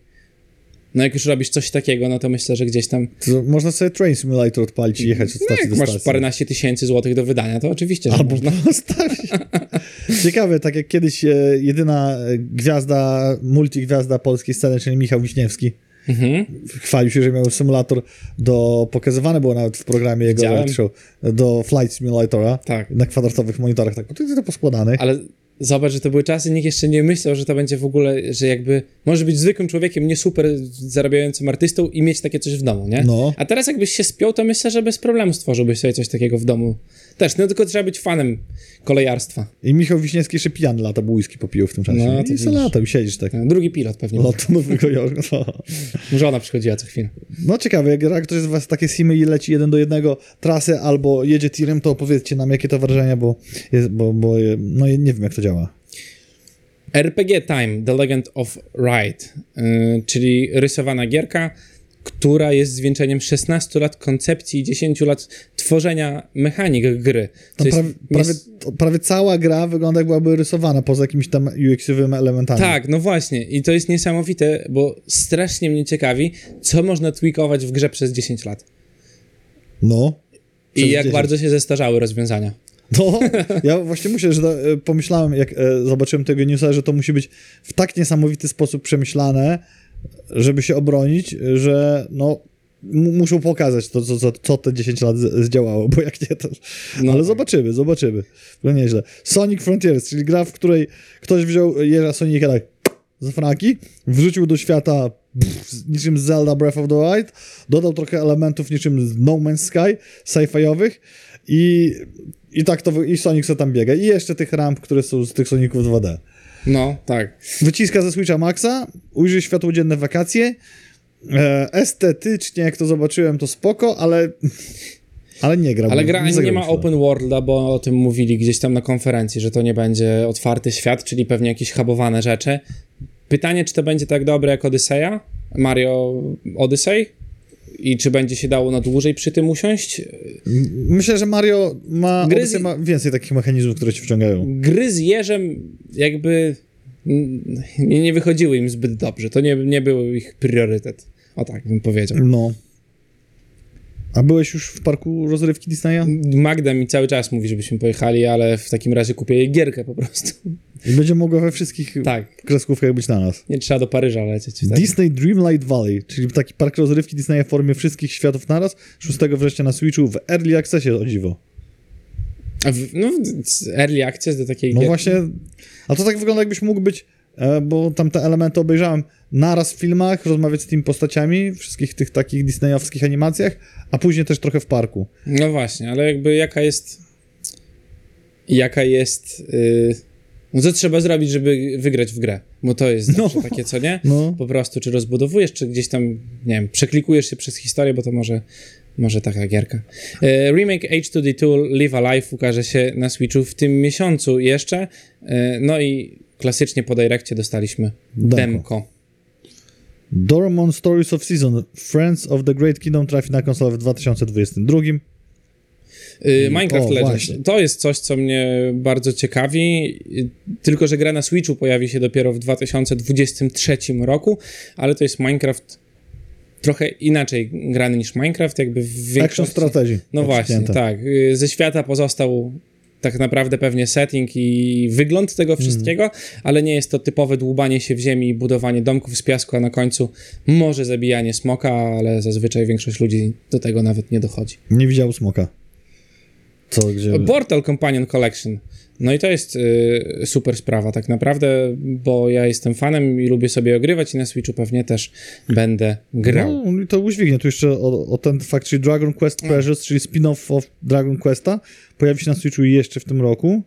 No jak już robisz coś takiego, no to myślę, że gdzieś tam... To można sobie Train Simulator odpalić i jechać od No stacji jak do masz stacji. paręnaście tysięcy złotych do wydania, to oczywiście, że Albo można. postawić. Ciekawe, tak jak kiedyś e, jedyna e, gwiazda, multigwiazda polskiej sceny, czyli Michał Wiśniewski, Mhm. chwalił się, że miał symulator do... Pokazywany było nawet w programie jego Widziałem. live show, do Flight Simulatora, Tak. na kwadratowych monitorach, tak, to jest to poskładanych. Ale zobacz, że to były czasy, nikt jeszcze nie myślał, że to będzie w ogóle, że jakby może być zwykłym człowiekiem, nie super zarabiającym artystą i mieć takie coś w domu, nie? No. A teraz jakbyś się spiął, to myślę, że bez problemu stworzyłbyś sobie coś takiego w domu. Też, no tylko trzeba być fanem kolejarstwa. I Michał Wiśniewski jeszcze pijany lata, bo whisky popijał w tym czasie. No, to I widzisz. se latał, i siedzisz tak. Drugi pilot pewnie. Lot Nowego Jorku. No. Żona przychodziła co chwilę. no ciekawe, jak, jak ktoś z was takie simy i leci jeden do jednego trasy albo jedzie tirem, to opowiedzcie nam, jakie to wrażenia, bo, jest, bo, bo no, nie wiem, jak to działa. R P G Time, The Legend of Ride, yy, czyli rysowana gierka, która jest zwieńczeniem szesnastu lat koncepcji i dziesięciu lat tworzenia mechanik gry. Co Tam jest prawie, prawie, nies- prawie cała gra wygląda, jak byłaby rysowana, poza jakimiś tam U X-owymi elementami. Tak, no właśnie. I to jest niesamowite, bo strasznie mnie ciekawi, co można tweakować w grze przez dziesięć lat. No. I Przez jak dziesięć. bardzo się zestarzały rozwiązania. No, ja właśnie myślę, że to, e, pomyślałem, jak e, zobaczyłem tego newsa, że to musi być w tak niesamowity sposób przemyślane, żeby się obronić, że no m- muszą pokazać to, co, co, co te dziesięć lat z- zdziałało, bo jak nie to... No Ale tak. zobaczymy, zobaczymy. No nieźle. Sonic Frontiers, czyli gra, w której ktoś wziął jeża Sonika tak z fraki, wrzucił do świata pff, niczym Zelda Breath of the Wild, dodał trochę elementów niczym z No Man's Sky, sci-fiowych i, i tak to, wy- i Sonic se tam biega. I jeszcze tych ramp, które są z tych Soniców dwa D. No, tak. Wyciska ze Switcha Maxa, ujrzy światło dzienne w wakacje. E, estetycznie, jak to zobaczyłem, to spoko, ale, ale nie gra. Ale gra nie, zagrałem ma w to. open worlda, bo o tym mówili gdzieś tam na konferencji, że to nie będzie otwarty świat, czyli pewnie jakieś hubowane rzeczy. Pytanie, czy to będzie tak dobre jak Odyseja? Mario Odyssey? I czy będzie się dało na dłużej przy tym usiąść? M- Myślę, że Mario ma, Gry z- Odyssey ma więcej takich mechanizmów, które ci wciągają. Gry z jeżem jakby mm, nie, nie wychodziły im zbyt dobrze. To nie, nie był ich priorytet. O tak bym powiedział. No. A byłeś już w parku rozrywki Disneya? Magda mi cały czas mówi, żebyśmy pojechali, ale w takim razie kupię jej gierkę po prostu. I będzie mogła we wszystkich Tak, kreskówkach być na nas. nie trzeba do Paryża lecieć. wtedy. Disney Dreamlight Valley, czyli taki park rozrywki Disneya w formie wszystkich światów naraz, szóstego września na Switchu w Early Accessie, o dziwo. A w, no, early access do takiej No gier- właśnie, a to tak wygląda, jakbyś mógł być, e, bo tam te elementy obejrzałem, naraz w filmach, rozmawiać z tymi postaciami, wszystkich tych takich disneyowskich animacjach, a później też trochę w parku. No właśnie, ale jakby jaka jest... jaka jest... Yy, no co trzeba zrobić, żeby wygrać w grę? Bo to jest No. zawsze takie, co nie? No. Po prostu, czy rozbudowujesz, czy gdzieś tam, nie wiem, przeklikujesz się przez historię, bo to może, może taka gierka. E, remake H two D two Live Alive ukaże się na Switchu w tym miesiącu jeszcze. E, no i klasycznie po Direccie dostaliśmy Demko. demko. Dormon Stories of Season Friends of the Great Kingdom trafi na konsolę w dwa tysiące dwudziestym drugim. Y, Minecraft O, Legends. właśnie. To jest coś, co mnie bardzo ciekawi, y, tylko że gra na Switchu pojawi się dopiero w dwa tysiące dwudziestym trzecim roku, ale to jest Minecraft trochę inaczej grany niż Minecraft, jakby w większości... Action strategy. No właśnie, tak. Y, Ze świata pozostał tak naprawdę pewnie setting i wygląd tego wszystkiego, mm. ale nie jest to typowe dłubanie się w ziemi i budowanie domków z piasku, a na końcu może zabijanie smoka, ale zazwyczaj większość ludzi do tego nawet nie dochodzi. Nie widział smoka. Co, gdzie... Portal Companion Collection. No i to jest y, super sprawa tak naprawdę, bo ja jestem fanem i lubię sobie ogrywać i na Switchu pewnie też będę grał. No i to udźwignie. Tu jeszcze o, o ten fakt, czyli Dragon Quest Treasures, czyli spin-off of Dragon Questa, pojawi się na Switchu jeszcze w tym roku.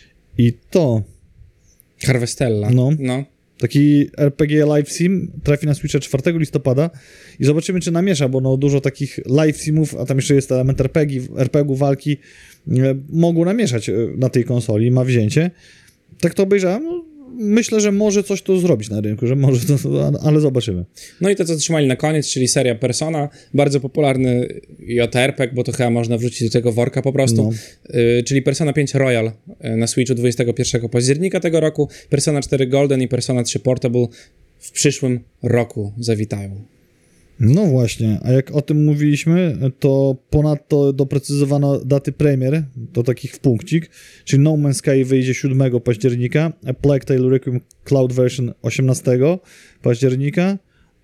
I to... Harvestella. No. no. Taki R P G Live Sim trafi na Switcha czwartego listopada i zobaczymy, czy namiesza, bo no dużo takich live simów, a tam jeszcze jest element R P G, R P G-u, walki, e, mogą namieszać e, na tej konsoli, ma wzięcie. Tak to obejrzałem, no, myślę, że może coś tu zrobić na rynku, że może to, ale zobaczymy. No i to, co trzymali na koniec, czyli seria Persona, bardzo popularny J R P G, bo to chyba można wrzucić do tego worka po prostu, No. y, czyli Persona pięć Royal y, na Switchu dwudziestego pierwszego października tego roku, Persona cztery Golden i Persona trzy Portable w przyszłym roku zawitają. No właśnie, a jak o tym mówiliśmy, to ponadto doprecyzowano daty premier, to takich w punkcik, czyli No Man's Sky wyjdzie siódmego października, A Plague Tale Requiem Cloud Version osiemnastego października,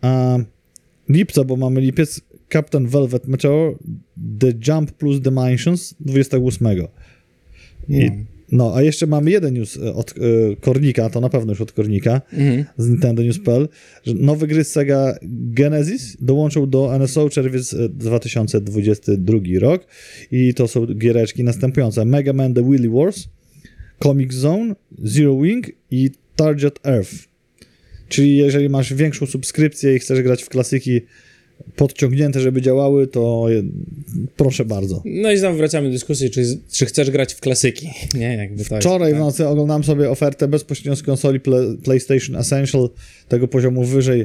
a lipca, bo mamy lipiec, Captain Velvet Meteor, The Jump plus Dimensions dwudziestego ósmego. I, No. no, a jeszcze mamy jeden news od y, Kornika, to na pewno już od Kornika, Mhm. z Nintendo News kropka p l, że nowy gry z Sega Genesis dołączył do N S O czerwiec dwa tysiące dwudziesty drugi rok i to są giereczki następujące: Mega Man The Wily Wars, Comic Zone, Zero Wing i Target Earth. Czyli jeżeli masz większą subskrypcję i chcesz grać w klasyki podciągnięte, żeby działały, to je, proszę bardzo. No i znowu wracamy do dyskusji, czy, czy chcesz grać w klasyki. Nie, jakby to Wczoraj jest, w nocy oglądałem sobie ofertę bezpośrednio z konsoli Play, PlayStation Essential, tego poziomu wyżej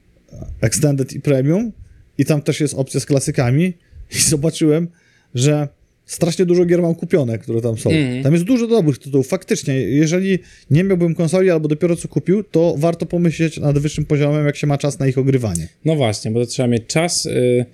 Extended i Premium, i tam też jest opcja z klasykami i zobaczyłem, że strasznie dużo gier mam kupione, które tam są. Mm. Tam jest dużo dobrych tytułów. Faktycznie, jeżeli nie miałbym konsoli albo dopiero co kupił, to warto pomyśleć nad wyższym poziomem, jak się ma czas na ich ogrywanie. No właśnie, bo to trzeba mieć czas. Yy...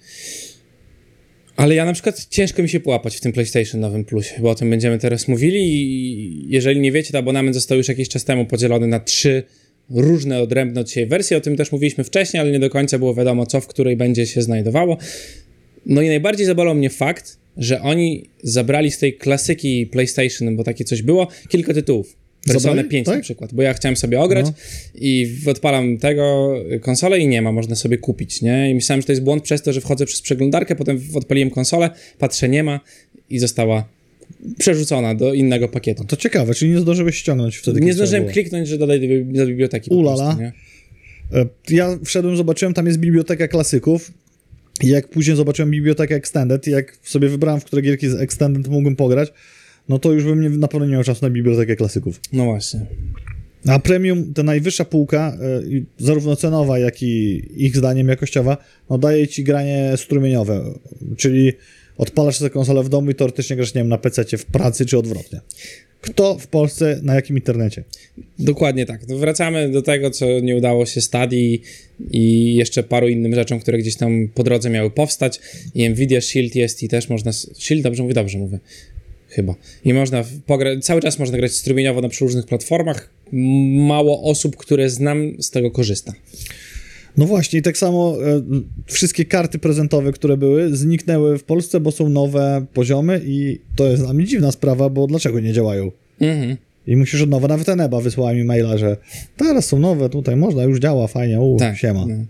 Ale ja na przykład ciężko mi się połapać w tym PlayStation Nowym Plusie, bo o tym będziemy teraz mówili i jeżeli nie wiecie, to abonament został już jakiś czas temu podzielony na trzy różne, odrębne od siebie wersje. O tym też mówiliśmy wcześniej, ale nie do końca było wiadomo, co w której będzie się znajdowało. No i najbardziej zabolał mnie fakt, że oni zabrali z tej klasyki PlayStation, bo takie coś było, kilka tytułów. Persona pięć tak? na przykład, bo ja chciałem sobie ograć no. i odpalam tego konsolę i nie ma, można sobie kupić, nie? I myślałem, że to jest błąd przez to, że wchodzę przez przeglądarkę, potem odpaliłem konsolę, patrzę, nie ma i została przerzucona do innego pakietu. To ciekawe, czyli nie zdążyłeś ściągnąć wtedy? Nie zdążyłem kliknąć, że dodaj do, do biblioteki. Ulala. Po prostu, nie? Ja wszedłem, zobaczyłem, tam jest biblioteka klasyków. I jak później zobaczyłem bibliotekę Extended i jak sobie wybrałem, w które gierki z Extended mógłbym pograć, no to już bym nie, na pewno nie miał czasu na bibliotekę klasyków. No właśnie. A Premium, ta najwyższa półka, y, zarówno cenowa, jak i ich zdaniem jakościowa, no daje ci granie strumieniowe, czyli odpalasz sobie konsolę w domu i teoretycznie grasz, nie wiem, na pececie, w pracy czy odwrotnie. Kto w Polsce, na jakim internecie? Dokładnie tak. To wracamy do tego, co nie udało się Stadii i jeszcze paru innym rzeczom, które gdzieś tam po drodze miały powstać. I Nvidia Shield jest i też można... Shield, dobrze mówię? Dobrze mówię. Chyba. I można pogra... cały czas można grać strumieniowo na różnych platformach. Mało osób, które znam, z tego korzysta. No właśnie, i tak samo e, wszystkie karty prezentowe, które były, zniknęły w Polsce, bo są nowe poziomy i to jest dla mnie dziwna sprawa, bo dlaczego nie działają? Mhm. I musisz od nowa, nawet Eneba wysłała mi maila, że teraz są nowe, tutaj można, już działa, fajnie, u, tak, siema. No.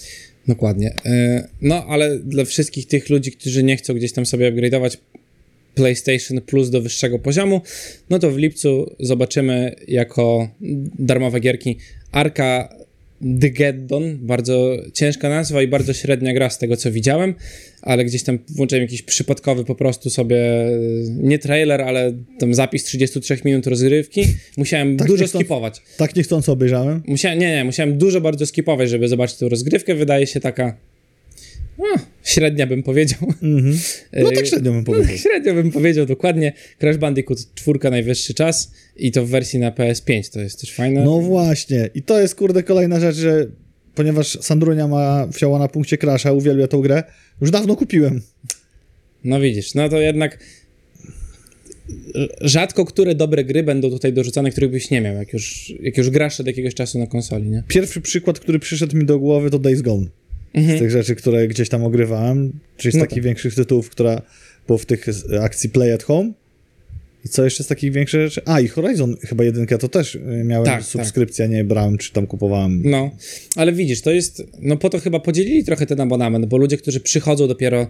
Dokładnie. No, ale dla wszystkich tych ludzi, którzy nie chcą gdzieś tam sobie upgrade'ować PlayStation Plus do wyższego poziomu, no to w lipcu zobaczymy jako darmowe gierki Arca Dygeddon, bardzo ciężka nazwa i bardzo średnia gra z tego, co widziałem, ale gdzieś tam włączyłem jakiś przypadkowy po prostu sobie, nie trailer, ale tam zapis trzydzieści trzy minut rozgrywki. Musiałem tak dużo niechcąc, skipować. Tak niechcąco obejrzałem. Musiałem, nie, nie, musiałem dużo bardzo skipować, żeby zobaczyć tę rozgrywkę. Wydaje się taka no, średnia bym powiedział. Mm-hmm. No tak średnio bym powiedział. Średnio bym powiedział, dokładnie. Crash Bandicoot czwórka najwyższy czas i to w wersji na P S pięć, to jest też fajne. No właśnie. I to jest, kurde, kolejna rzecz, że ponieważ Sandrunia ma wsiała na punkcie Crasha, uwielbia tą grę, już dawno kupiłem. No widzisz, no to jednak rzadko które dobre gry będą tutaj dorzucane, których byś nie miał, jak już, jak już grasz od jakiegoś czasu na konsoli, nie? Pierwszy przykład, który przyszedł mi do głowy, to Days Gone. Mhm. Z tych rzeczy, które gdzieś tam ogrywałem, czyli z no takich tak. większych tytułów, która było w tych akcji Play at Home. I co jeszcze z takich większych rzeczy? A, i Horizon chyba jedynkę to też miałem tak, subskrypcję, tak. nie brałem, czy tam kupowałem. No, ale widzisz, to jest, no po to chyba podzielili trochę ten abonament, bo ludzie, którzy przychodzą dopiero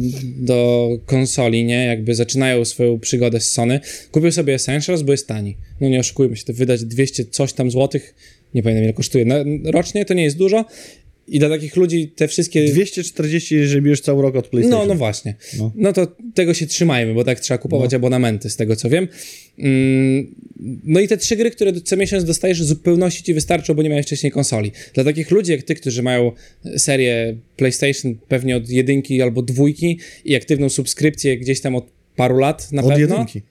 do konsoli, nie, jakby zaczynają swoją przygodę z Sony, kupią sobie Essentials, bo jest tani. No nie oszukujmy się, to wydać dwieście coś tam złotych, nie pamiętam ile kosztuje, no, rocznie to nie jest dużo. I dla takich ludzi te wszystkie... dwieście czterdzieści, jeżeli bierzesz cały rok od PlayStation. No, no właśnie. No, no to tego się trzymajmy, bo tak trzeba kupować no. abonamenty, z tego co wiem. Mm, no i te trzy gry, które co miesiąc dostajesz, w zupełności ci wystarczą, bo nie miałeś wcześniej konsoli. Dla takich ludzi jak ty, którzy mają serię PlayStation pewnie od jedynki albo dwójki i aktywną subskrypcję gdzieś tam od paru lat na od pewno... Od jedynki.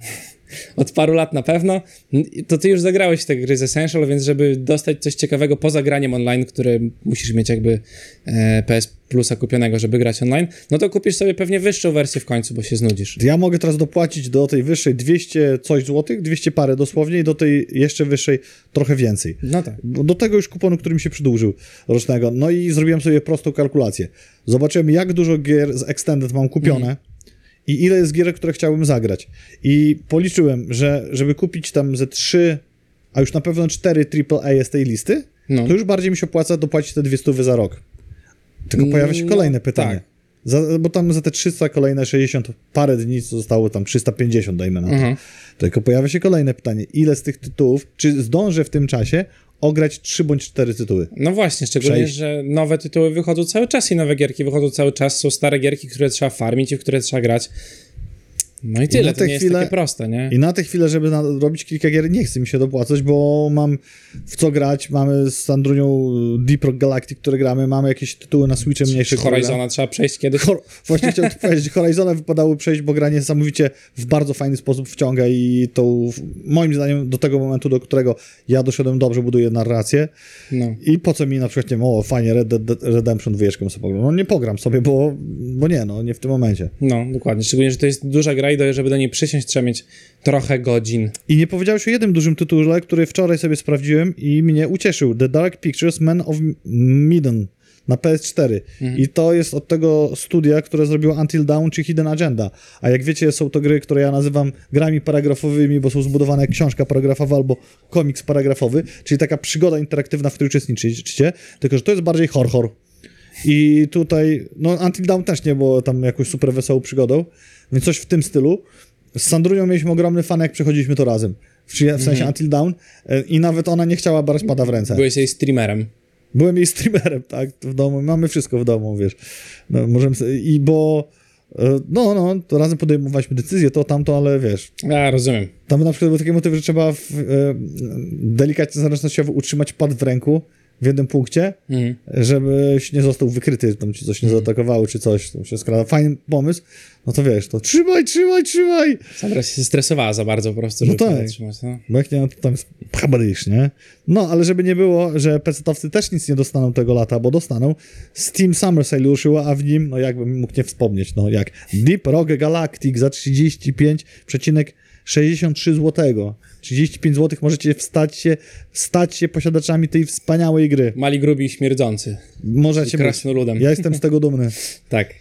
Od paru lat na pewno, to ty już zagrałeś te gry z Essential, więc żeby dostać coś ciekawego poza graniem online, które musisz mieć jakby e, P S Plusa kupionego, żeby grać online, no to kupisz sobie pewnie wyższą wersję w końcu, bo się znudzisz. Ja mogę teraz dopłacić do tej wyższej dwieście coś złotych, dwieście parę dosłownie i do tej jeszcze wyższej trochę więcej. No tak. Do tego już kuponu, który mi się przedłużył rocznego. No i zrobiłem sobie prostą kalkulację. Zobaczyłem, jak dużo gier z Extended mam kupione, mm. i ile jest gier, które chciałbym zagrać. I policzyłem, że żeby kupić tam ze trzy, a już na pewno cztery triple A z tej listy, no. to już bardziej mi się opłaca dopłacić te dwie stówy za rok. Tylko pojawia się kolejne no, pytanie. Tak. Za, bo tam za te trzysta kolejne sześćdziesiąt parę dni, co zostało tam trzysta pięćdziesiąt, dajmy na to. Mhm. Tylko pojawia się kolejne pytanie. Ile z tych tytułów, czy zdążę w tym czasie ograć trzy bądź cztery tytuły? No właśnie, szczególnie, Przejść. że nowe tytuły wychodzą cały czas i nowe gierki wychodzą cały czas. Są stare gierki, które trzeba farmić i w które trzeba grać. No i tyle, I to nie chwilę, jest takie proste, nie? I na tę chwilę, żeby na, robić kilka gier, nie chce mi się dopłacać, bo mam w co grać, mamy z Sandrunią Deep Rock Galactic, które gramy, mamy jakieś tytuły na Switche mniejsze. Horizona trzeba przejść kiedyś. Hor- Właśnie chciałem tu powiedzieć, Horizona wypadało przejść, bo gra niesamowicie w bardzo fajny sposób wciąga i to moim zdaniem do tego momentu, do którego ja doszedłem, dobrze buduje narrację. No. I po co mi na przykład, nie wiem, o fajnie, Red Dead Redemption dwójeczkę sobie pogram. No nie pogram sobie, bo, bo nie, no nie w tym momencie. No, dokładnie, szczególnie, że to jest duża gra i do, żeby do niej przysiąść, trzeba mieć trochę godzin. I nie powiedziałeś o jednym dużym tytule, który wczoraj sobie sprawdziłem i mnie ucieszył. The Dark Pictures Man of Medan na P S cztery. Mhm. I to jest od tego studia, które zrobiło Until Dawn czy Hidden Agenda. A jak wiecie, są to gry, które ja nazywam grami paragrafowymi, bo są zbudowane jak książka paragrafowa albo komiks paragrafowy, czyli taka przygoda interaktywna, w której uczestniczycie, tylko że to jest bardziej horror. I tutaj, no Until Dawn też nie było tam jakąś super wesołą przygodą, więc coś w tym stylu. Z Sandrunią mieliśmy ogromny fan, jak przechodziliśmy to razem. W, w sensie mm-hmm. Until Dawn. I nawet ona nie chciała brać pada w ręce. Byłeś jej streamerem. Byłem jej streamerem, tak, w domu. Mamy wszystko w domu, wiesz. No, możemy sobie, i bo no, no, to razem podejmowaliśmy decyzję, to, tamto, ale wiesz. Ja rozumiem. Tam na przykład był taki motyw, że trzeba w, e, delikatnie zręcznościowo utrzymać pad w ręku w jednym punkcie, mm. żebyś nie został wykryty, tam ci coś nie mm. zaatakowało, czy coś, tam się skrada. Fajny pomysł, no to wiesz, to trzymaj, trzymaj, trzymaj! Sandra się stresowała za bardzo po prostu, żeby no tak. trzymać, no. Bo jak nie, to tam jest pchabarysz, nie? No, ale żeby nie było, że pecetowcy też nic nie dostaną tego lata, bo dostaną. Steam Summer Sale ruszyła, a w nim, no jakbym mógł nie wspomnieć, no jak Deep Rock Galactic za trzydzieści pięć przecinek sześćdziesiąt trzy złotego. trzydzieści pięć złotych możecie wstać się, stać się posiadaczami tej wspaniałej gry. Mali, grubi i śmierdzący. Możecie być. Krasnoludem. Ja jestem z tego dumny. Tak.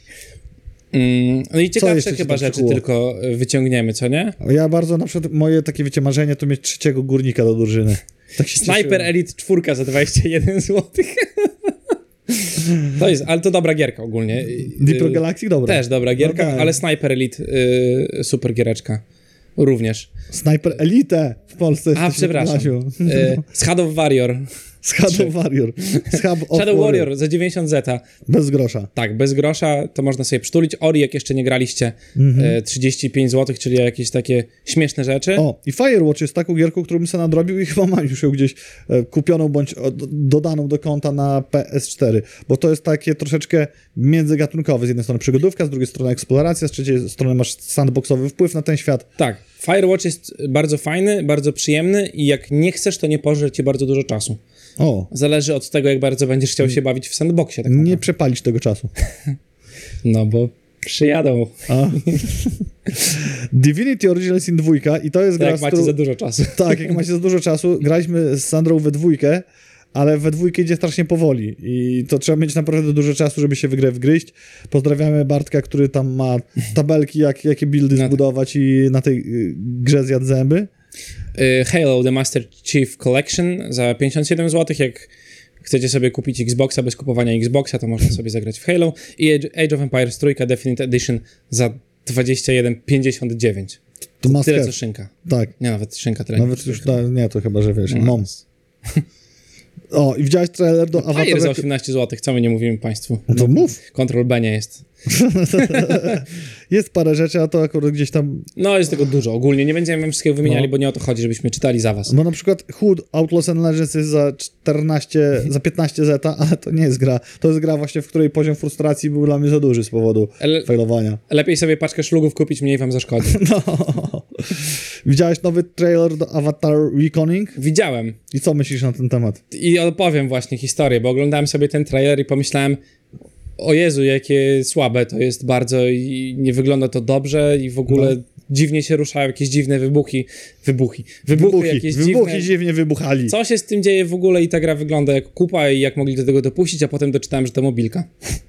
Mm, no i ciekawsze chyba rzeczy przykuło? Tylko wyciągniemy, co nie? Ja bardzo, na przykład moje takie, wiecie, marzenie to mieć trzeciego górnika do drużyny. Tak się Sniper Elite cztery za dwadzieścia jeden złotych. To jest, ale to dobra gierka ogólnie. Deeper Galactic dobra. Też dobra gierka, Dobra. ale Sniper Elite y, super giereczka. Również. Sniper Elite w Polsce. A, przepraszam. Y, Shadow Warrior. Shadow Warrior. Shadow, Shadow Warrior za dziewięćdziesiąt zeta. Bez grosza. Tak, bez grosza to można sobie przytulić. Ori, jak jeszcze nie graliście, Mhm. y, trzydzieści pięć złotych, czyli jakieś takie śmieszne rzeczy. O, i Firewatch jest taką gierką, którą bym sobie nadrobił i chyba mam już ją gdzieś e, kupioną bądź o, d- dodaną do konta na P S cztery, bo to jest takie troszeczkę międzygatunkowe. Z jednej strony przygodówka, z drugiej strony eksploracja, z trzeciej strony masz sandboxowy wpływ na ten świat. Tak, Firewatch jest bardzo fajny, bardzo przyjemny i jak nie chcesz, to nie pożre ci bardzo dużo czasu. O, Zależy od tego, jak bardzo będziesz chciał się bawić w sandboxie. Tak nie naprawdę. przepalić tego czasu. No bo przyjadą. A. Divinity Original Sin dwa i to jest To gra, jak z macie którą... za dużo czasu. Tak, jak macie za dużo czasu. Graliśmy z Sandrą we dwójkę, ale we dwójkę idzie strasznie powoli i to trzeba mieć naprawdę dużo czasu, żeby się w grę wgryźć. Pozdrawiamy Bartka, który tam ma tabelki, jak, jakie buildy No. zbudować i na tej y, grze zjadł zęby. Y, Halo The Master Chief Collection za pięćdziesiąt siedem złotych. Jak chcecie sobie kupić Xboxa bez kupowania Xboxa, to można sobie zagrać w Halo. I Age, Age of Empires trzy Definitive Edition za dwadzieścia jeden pięćdziesiąt dziewięć. To must Tyle have. co szynka. Tak. Nie, nawet szynka tyle. Nawet już, da, nie, to chyba, że wiesz, No. mom. O, i widziałeś trailer do Fire za Avatara? osiemnaście złotych, co my nie mówimy państwu. No to mów. Control B nie jest. Jest parę rzeczy, a to akurat gdzieś tam... No, jest tego dużo. Ogólnie nie będziemy wszystkiego wymieniali, No. bo nie o to chodzi, żebyśmy czytali za was. Bo na przykład Hood Outlaws and Legends jest za czternaście, za piętnaście zeta, ale to nie jest gra. To jest gra właśnie, w której poziom frustracji był dla mnie za duży z powodu Ale failowania. lepiej sobie paczkę szlugów kupić, mniej wam zaszkodzi. No. Widziałeś nowy trailer do Avatar Reckoning? Widziałem I co myślisz na ten temat? i opowiem właśnie historię, bo oglądałem sobie ten trailer i pomyślałem, o Jezu, jakie słabe to jest bardzo i nie wygląda to dobrze i w ogóle No. dziwnie się ruszają, jakieś dziwne wybuchi. Wybuchy. Wybuchy, Wybuchy, jakieś wybuchy dziwne... dziwnie wybuchali. Co się z tym dzieje w ogóle i ta gra wygląda jak kupa i jak mogli do tego dopuścić, a potem doczytałem, że to mobilka.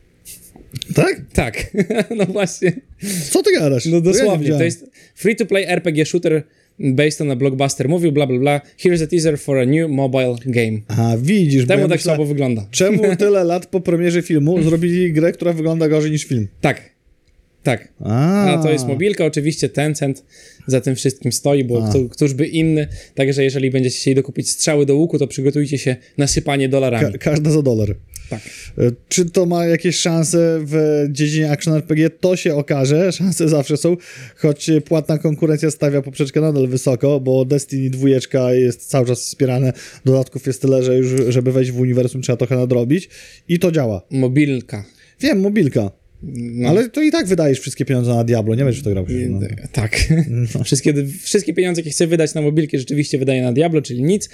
Tak? Tak, no właśnie. Co ty gadasz? No To ja nie dosłownie, to widziałem. jest free-to-play R P G shooter based on a blockbuster movie, bla bla bla. Here's a teaser for a new mobile game. A widzisz, bo Temu ja tak myślę, słabo wygląda. czemu tyle lat po premierze filmu zrobili grę, która wygląda gorzej niż film? Tak, tak. A, A to jest mobilka, oczywiście Tencent za tym wszystkim stoi, bo A. kto, któż by inny. Także jeżeli będziecie chcieli dokupić strzały do łuku, to przygotujcie się na sypanie dolarami. Ka- każda za dolar. Tak. E, Czy to ma jakieś szanse w dziedzinie Action R P G? To się okaże, szanse zawsze są, choć płatna konkurencja stawia poprzeczkę nadal wysoko, bo Destiny dwa jest cały czas wspierane, dodatków jest tyle, że już żeby wejść w uniwersum trzeba trochę nadrobić i to działa. Mobilka. Wiem, mobilka, No. ale to i tak wydajesz wszystkie pieniądze na Diablo, nie będziesz w to grał. No. Tak. Wszystkie, wszystkie pieniądze, jakie chcę wydać na mobilki, rzeczywiście wydaję na Diablo, czyli nic.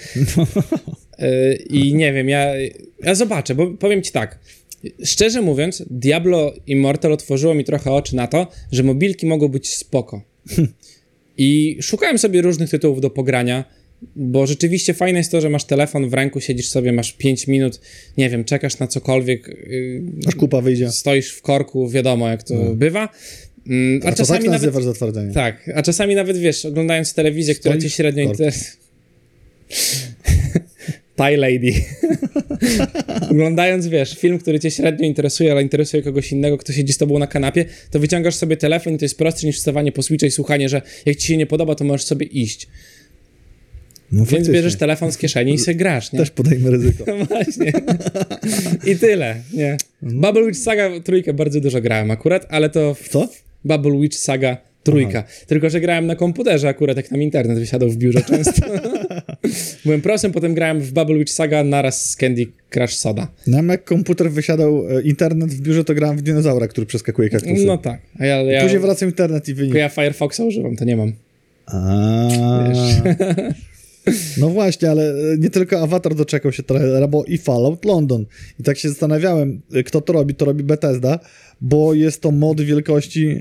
Y, I nie wiem, ja, ja zobaczę, bo powiem ci tak. Szczerze mówiąc, Diablo Immortal otworzyło mi trochę oczy na to, że mobilki mogą być spoko. I szukałem sobie różnych tytułów do pogrania, bo rzeczywiście fajne jest to, że masz telefon w ręku, siedzisz sobie, masz pięć minut, nie wiem, czekasz na cokolwiek, yy, Aż kupa wyjdzie. stoisz w korku, wiadomo jak to bywa. Mm, A, a to czasami tak nawet... nazywasz zatwardzenie. Tak, a czasami nawet, wiesz, oglądając telewizję, która Stoisz cię średnio w korku. interesuje... Thai Lady. Oglądając, wiesz, film, który cię średnio interesuje, ale interesuje kogoś innego, kto siedzi z tobą na kanapie, to wyciągasz sobie telefon i to jest prostsze niż wstawanie po Switcha i słuchanie, że jak ci się nie podoba, to możesz sobie iść. No, Więc faktycznie. bierzesz telefon z kieszeni i se grasz, nie? Też podejmę ryzyko. No właśnie. I tyle, nie? Bubble Witch Saga trójkę bardzo dużo grałem akurat, ale to... W... Co? Bubble Witch Saga trójka. Tylko, że grałem na komputerze akurat, jak nam internet wysiadał w biurze często. Byłem prosem, potem grałem w Bubble Witch Saga naraz z Candy Crush Soda. Nam jak komputer wysiadał e, internet w biurze, to grałem w dinozaura, który przeskakuje kaktusy. No tak. A ja, ja, Później wracał internet i wynik. tylko ja Firefoxa używam, to nie mam. A. No właśnie, ale nie tylko Avatar doczekał się trailera, bo i Fallout London. I tak się zastanawiałem, kto to robi. To robi Bethesda, bo jest to mod wielkości...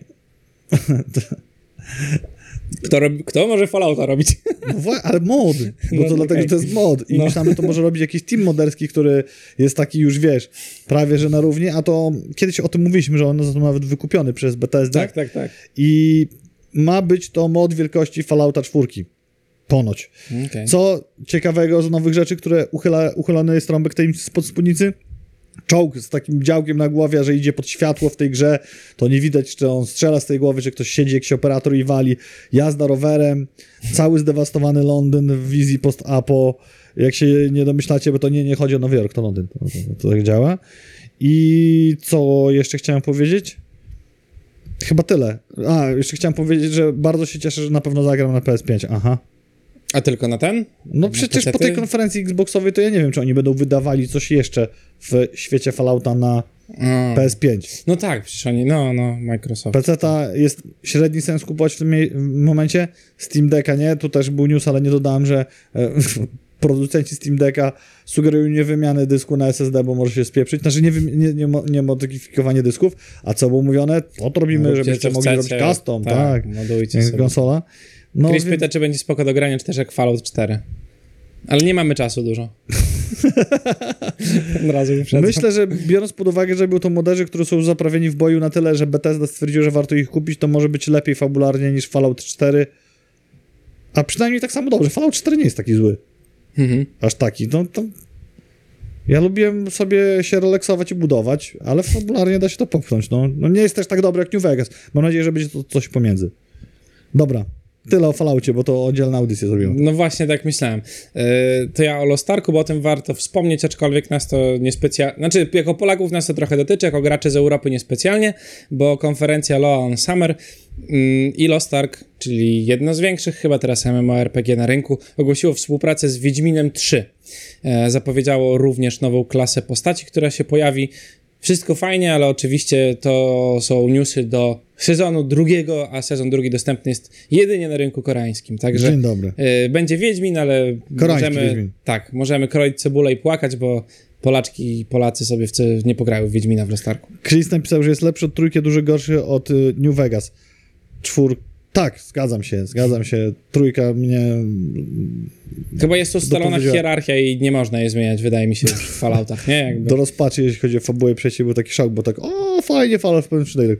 Kto, robi, kto może Fallouta robić? No wła- ale mod, bo No, to dlatego, okej. że to jest mod. I No. myślałem, że to może robić jakiś team moderski, który jest taki już, wiesz, prawie że na równi, a to kiedyś o tym mówiliśmy, że on został nawet wykupiony przez Bethesdę. Tak, tak, tak. I ma być to mod wielkości Fallouta czwórki. Ponoć. Okay. Co ciekawego z nowych rzeczy, które uchyla, uchylony jest trąbek tajemnicy spod spódnicy? czołg z takim działkiem na głowie, że idzie pod światło w tej grze, to nie widać, czy on strzela z tej głowy, czy ktoś siedzi, jakiś operator i wali. Jazda rowerem, cały zdewastowany Londyn w wizji post-apo. Jak się nie domyślacie, bo to nie, nie chodzi o Nowy Jork, to Londyn, to, to, to tak działa. I co jeszcze chciałem powiedzieć? Chyba tyle. A, jeszcze chciałem powiedzieć, że bardzo się cieszę, że na pewno zagram na P S pięć. Aha. A tylko na ten? No przecież po tej konferencji Xboxowej to ja nie wiem, czy oni będą wydawali coś jeszcze w świecie Fallouta na A. P S pięć. No tak, przecież oni, no, no, Microsoft. Peceta jest średni sens kupować w tym momencie. Steam Decka nie, tu też był news, ale nie dodałem, że e, producenci Steam Decka sugerują nie wymianę dysku na S S D, bo może się spieprzyć. Znaczy nie, nie, nie, nie modyfikowanie dysków, a co było mówione? To, to robimy, no, żebyście mogli robić custom, tak, tak modujcie sobie. Konsola. No, Chris więc... pyta, czy będzie spoko do grania, czy też jak Fallout cztery. Ale nie mamy czasu dużo. Od razu Myślę, że biorąc pod uwagę, że był to moderzy, którzy są zaprawieni w boju na tyle, że Bethesda stwierdził, że warto ich kupić, to może być lepiej fabularnie niż Fallout cztery. A przynajmniej tak samo dobrze. Fallout cztery nie jest taki zły. Mhm. Aż taki. No, to... Ja lubiłem sobie się relaksować i budować, ale fabularnie da się to popchnąć. No, no nie jest też tak dobre jak New Vegas. Mam nadzieję, że będzie to coś pomiędzy. Dobra. Tyle o Falloutie, bo to oddzielna audycję zrobiłem. No właśnie, tak myślałem. Yy, to ja o Lost Arku, bo o tym warto wspomnieć, aczkolwiek nas to niespecjalnie... Znaczy, jako Polaków nas to trochę dotyczy, jako graczy z Europy niespecjalnie, bo konferencja L O A on Summer yy, i Lost Ark, czyli jedno z większych chyba teraz MMORPG na rynku, ogłosiło współpracę z Wiedźminem trzy. Yy, zapowiedziało również nową klasę postaci, która się pojawi. Wszystko fajnie, ale oczywiście to są newsy do sezonu drugiego, a sezon drugi dostępny jest jedynie na rynku koreańskim. Także Dzień dobry. Y, będzie Wiedźmin, ale Koreański możemy, Wiedźmin. Tak, możemy kroić cebulę i płakać, bo Polaczki i Polacy sobie w, nie pograły w Wiedźmina w Lost Arku. Chris napisał, że jest lepszy od trójki, duży gorszy od y, New Vegas. Czwór... Tak, zgadzam się, zgadzam się. Trójka mnie... Chyba jest ustalona hierarchia i nie można jej zmieniać, wydaje mi się, w Falloutach, nie? Jakby. Do rozpaczy, jeśli chodzi o fabułę, przecież był taki szok, bo tak, o, fajnie, Fallout w pewnym przydaje.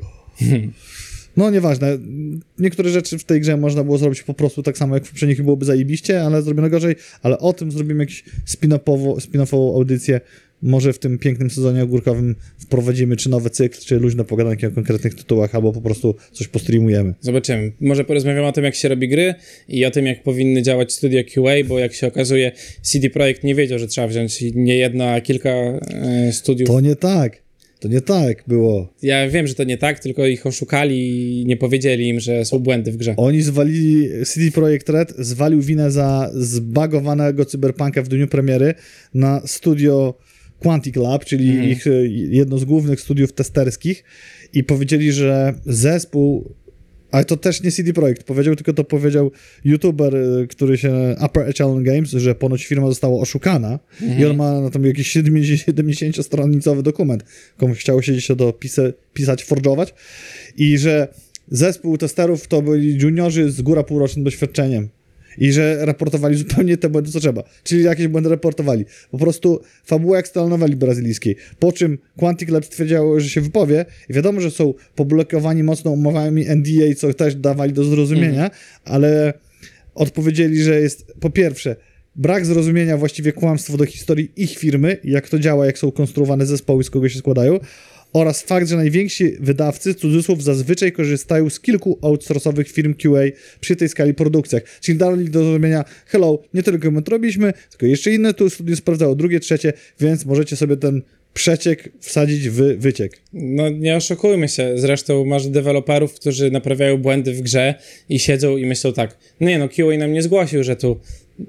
No, nieważne. Niektóre rzeczy w tej grze można było zrobić po prostu tak samo, jak w poprzednich byłoby zajebiście, ale zrobiono gorzej, ale o tym zrobimy jakąś spin-offową, spin-offową audycję. Może w tym pięknym sezonie ogórkowym wprowadzimy czy nowy cykl, czy luźne pogadanki o konkretnych tytułach, albo po prostu coś postreamujemy. Zobaczymy. Może porozmawiamy o tym, jak się robi gry i o tym, jak powinny działać studia Q A, bo jak się okazuje, C D Projekt nie wiedział, że trzeba wziąć nie jedno, a kilka e, studiów. To nie tak. To nie tak było. Ja wiem, że to nie tak, tylko ich oszukali i nie powiedzieli im, że są błędy w grze. Oni zwalili, C D Projekt Red zwalił winę za zbagowanego Cyberpunka w dniu premiery na studio Quantic Lab, czyli mhm. ich jedno z głównych studiów testerskich i powiedzieli, że zespół, ale to też nie C D Projekt powiedział, tylko to powiedział youtuber, który się, Upper Echelon Games, że ponoć firma została oszukana mhm. i on ma na tym jakiś siedemdziesięciostronicowy dokument. Komuś chciało się gdzieś to pisa- pisać, forge'ować i że zespół testerów to byli juniorzy z góra półrocznym doświadczeniem. I że raportowali zupełnie te błędy, co trzeba. Czyli jakieś błędy raportowali. Po prostu fabuła jak z telenoweli brazylijskiej. Po czym Quantic Lab stwierdziło, że się wypowie i wiadomo, że są poblokowani mocno umowami N D A, co też dawali do zrozumienia, mhm. ale odpowiedzieli, że jest po pierwsze brak zrozumienia, właściwie kłamstwo do historii ich firmy, jak to działa, jak są konstruowane zespoły, z kogo się składają, oraz fakt, że najwięksi wydawcy, cudzysłów, zazwyczaj korzystają z kilku outsourcowych firm Q A przy tej skali produkcjach. Czyli dali do zrozumienia, hello, nie tylko my to robiliśmy, tylko jeszcze inne tu studio sprawdzało, drugie, trzecie, więc możecie sobie ten przeciek wsadzić w wyciek. No nie oszukujmy się, zresztą masz deweloperów, którzy naprawiają błędy w grze i siedzą i myślą tak, no nie no, Q A nam nie zgłosił, że tu,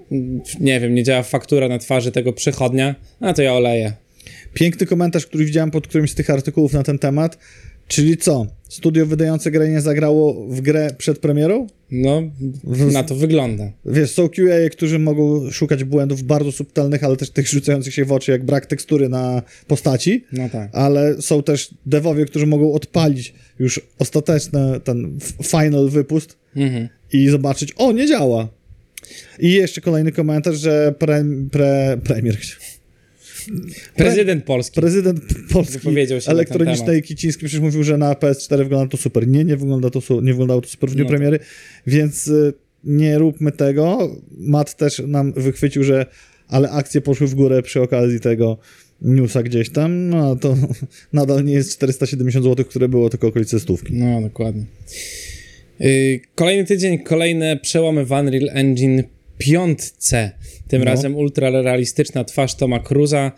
nie wiem, nie działa faktura na twarzy tego przechodnia, a to ja oleję. Piękny komentarz, który widziałem pod którymś z tych artykułów na ten temat, czyli co? Studio wydające grę nie zagrało w grę przed premierą? No, na to wygląda. Wiesz, są Q A, którzy mogą szukać błędów bardzo subtelnych, ale też tych rzucających się w oczy, jak brak tekstury na postaci, no tak. Ale są też devowie, którzy mogą odpalić już ostateczny ten final wypust mhm. i zobaczyć, o, nie działa. I jeszcze kolejny komentarz, że pre, pre, premier... Prezydent Polski. Prezydent Polski elektronicznej Kiciński przecież mówił, że na P S cztery wygląda to super. Nie, nie, wygląda to, nie wyglądało to super w dniu no. premiery, więc nie róbmy tego. Matt też nam wychwycił, że ale akcje poszły w górę przy okazji tego newsa gdzieś tam, no to nadal nie jest czterysta siedemdziesiąt złotych, które było, tylko okolice stówki. No, dokładnie. Yy, kolejny tydzień, kolejne przełomy w Unreal Engine piątce. Tym no. razem ultrarealistyczna twarz Toma Cruza,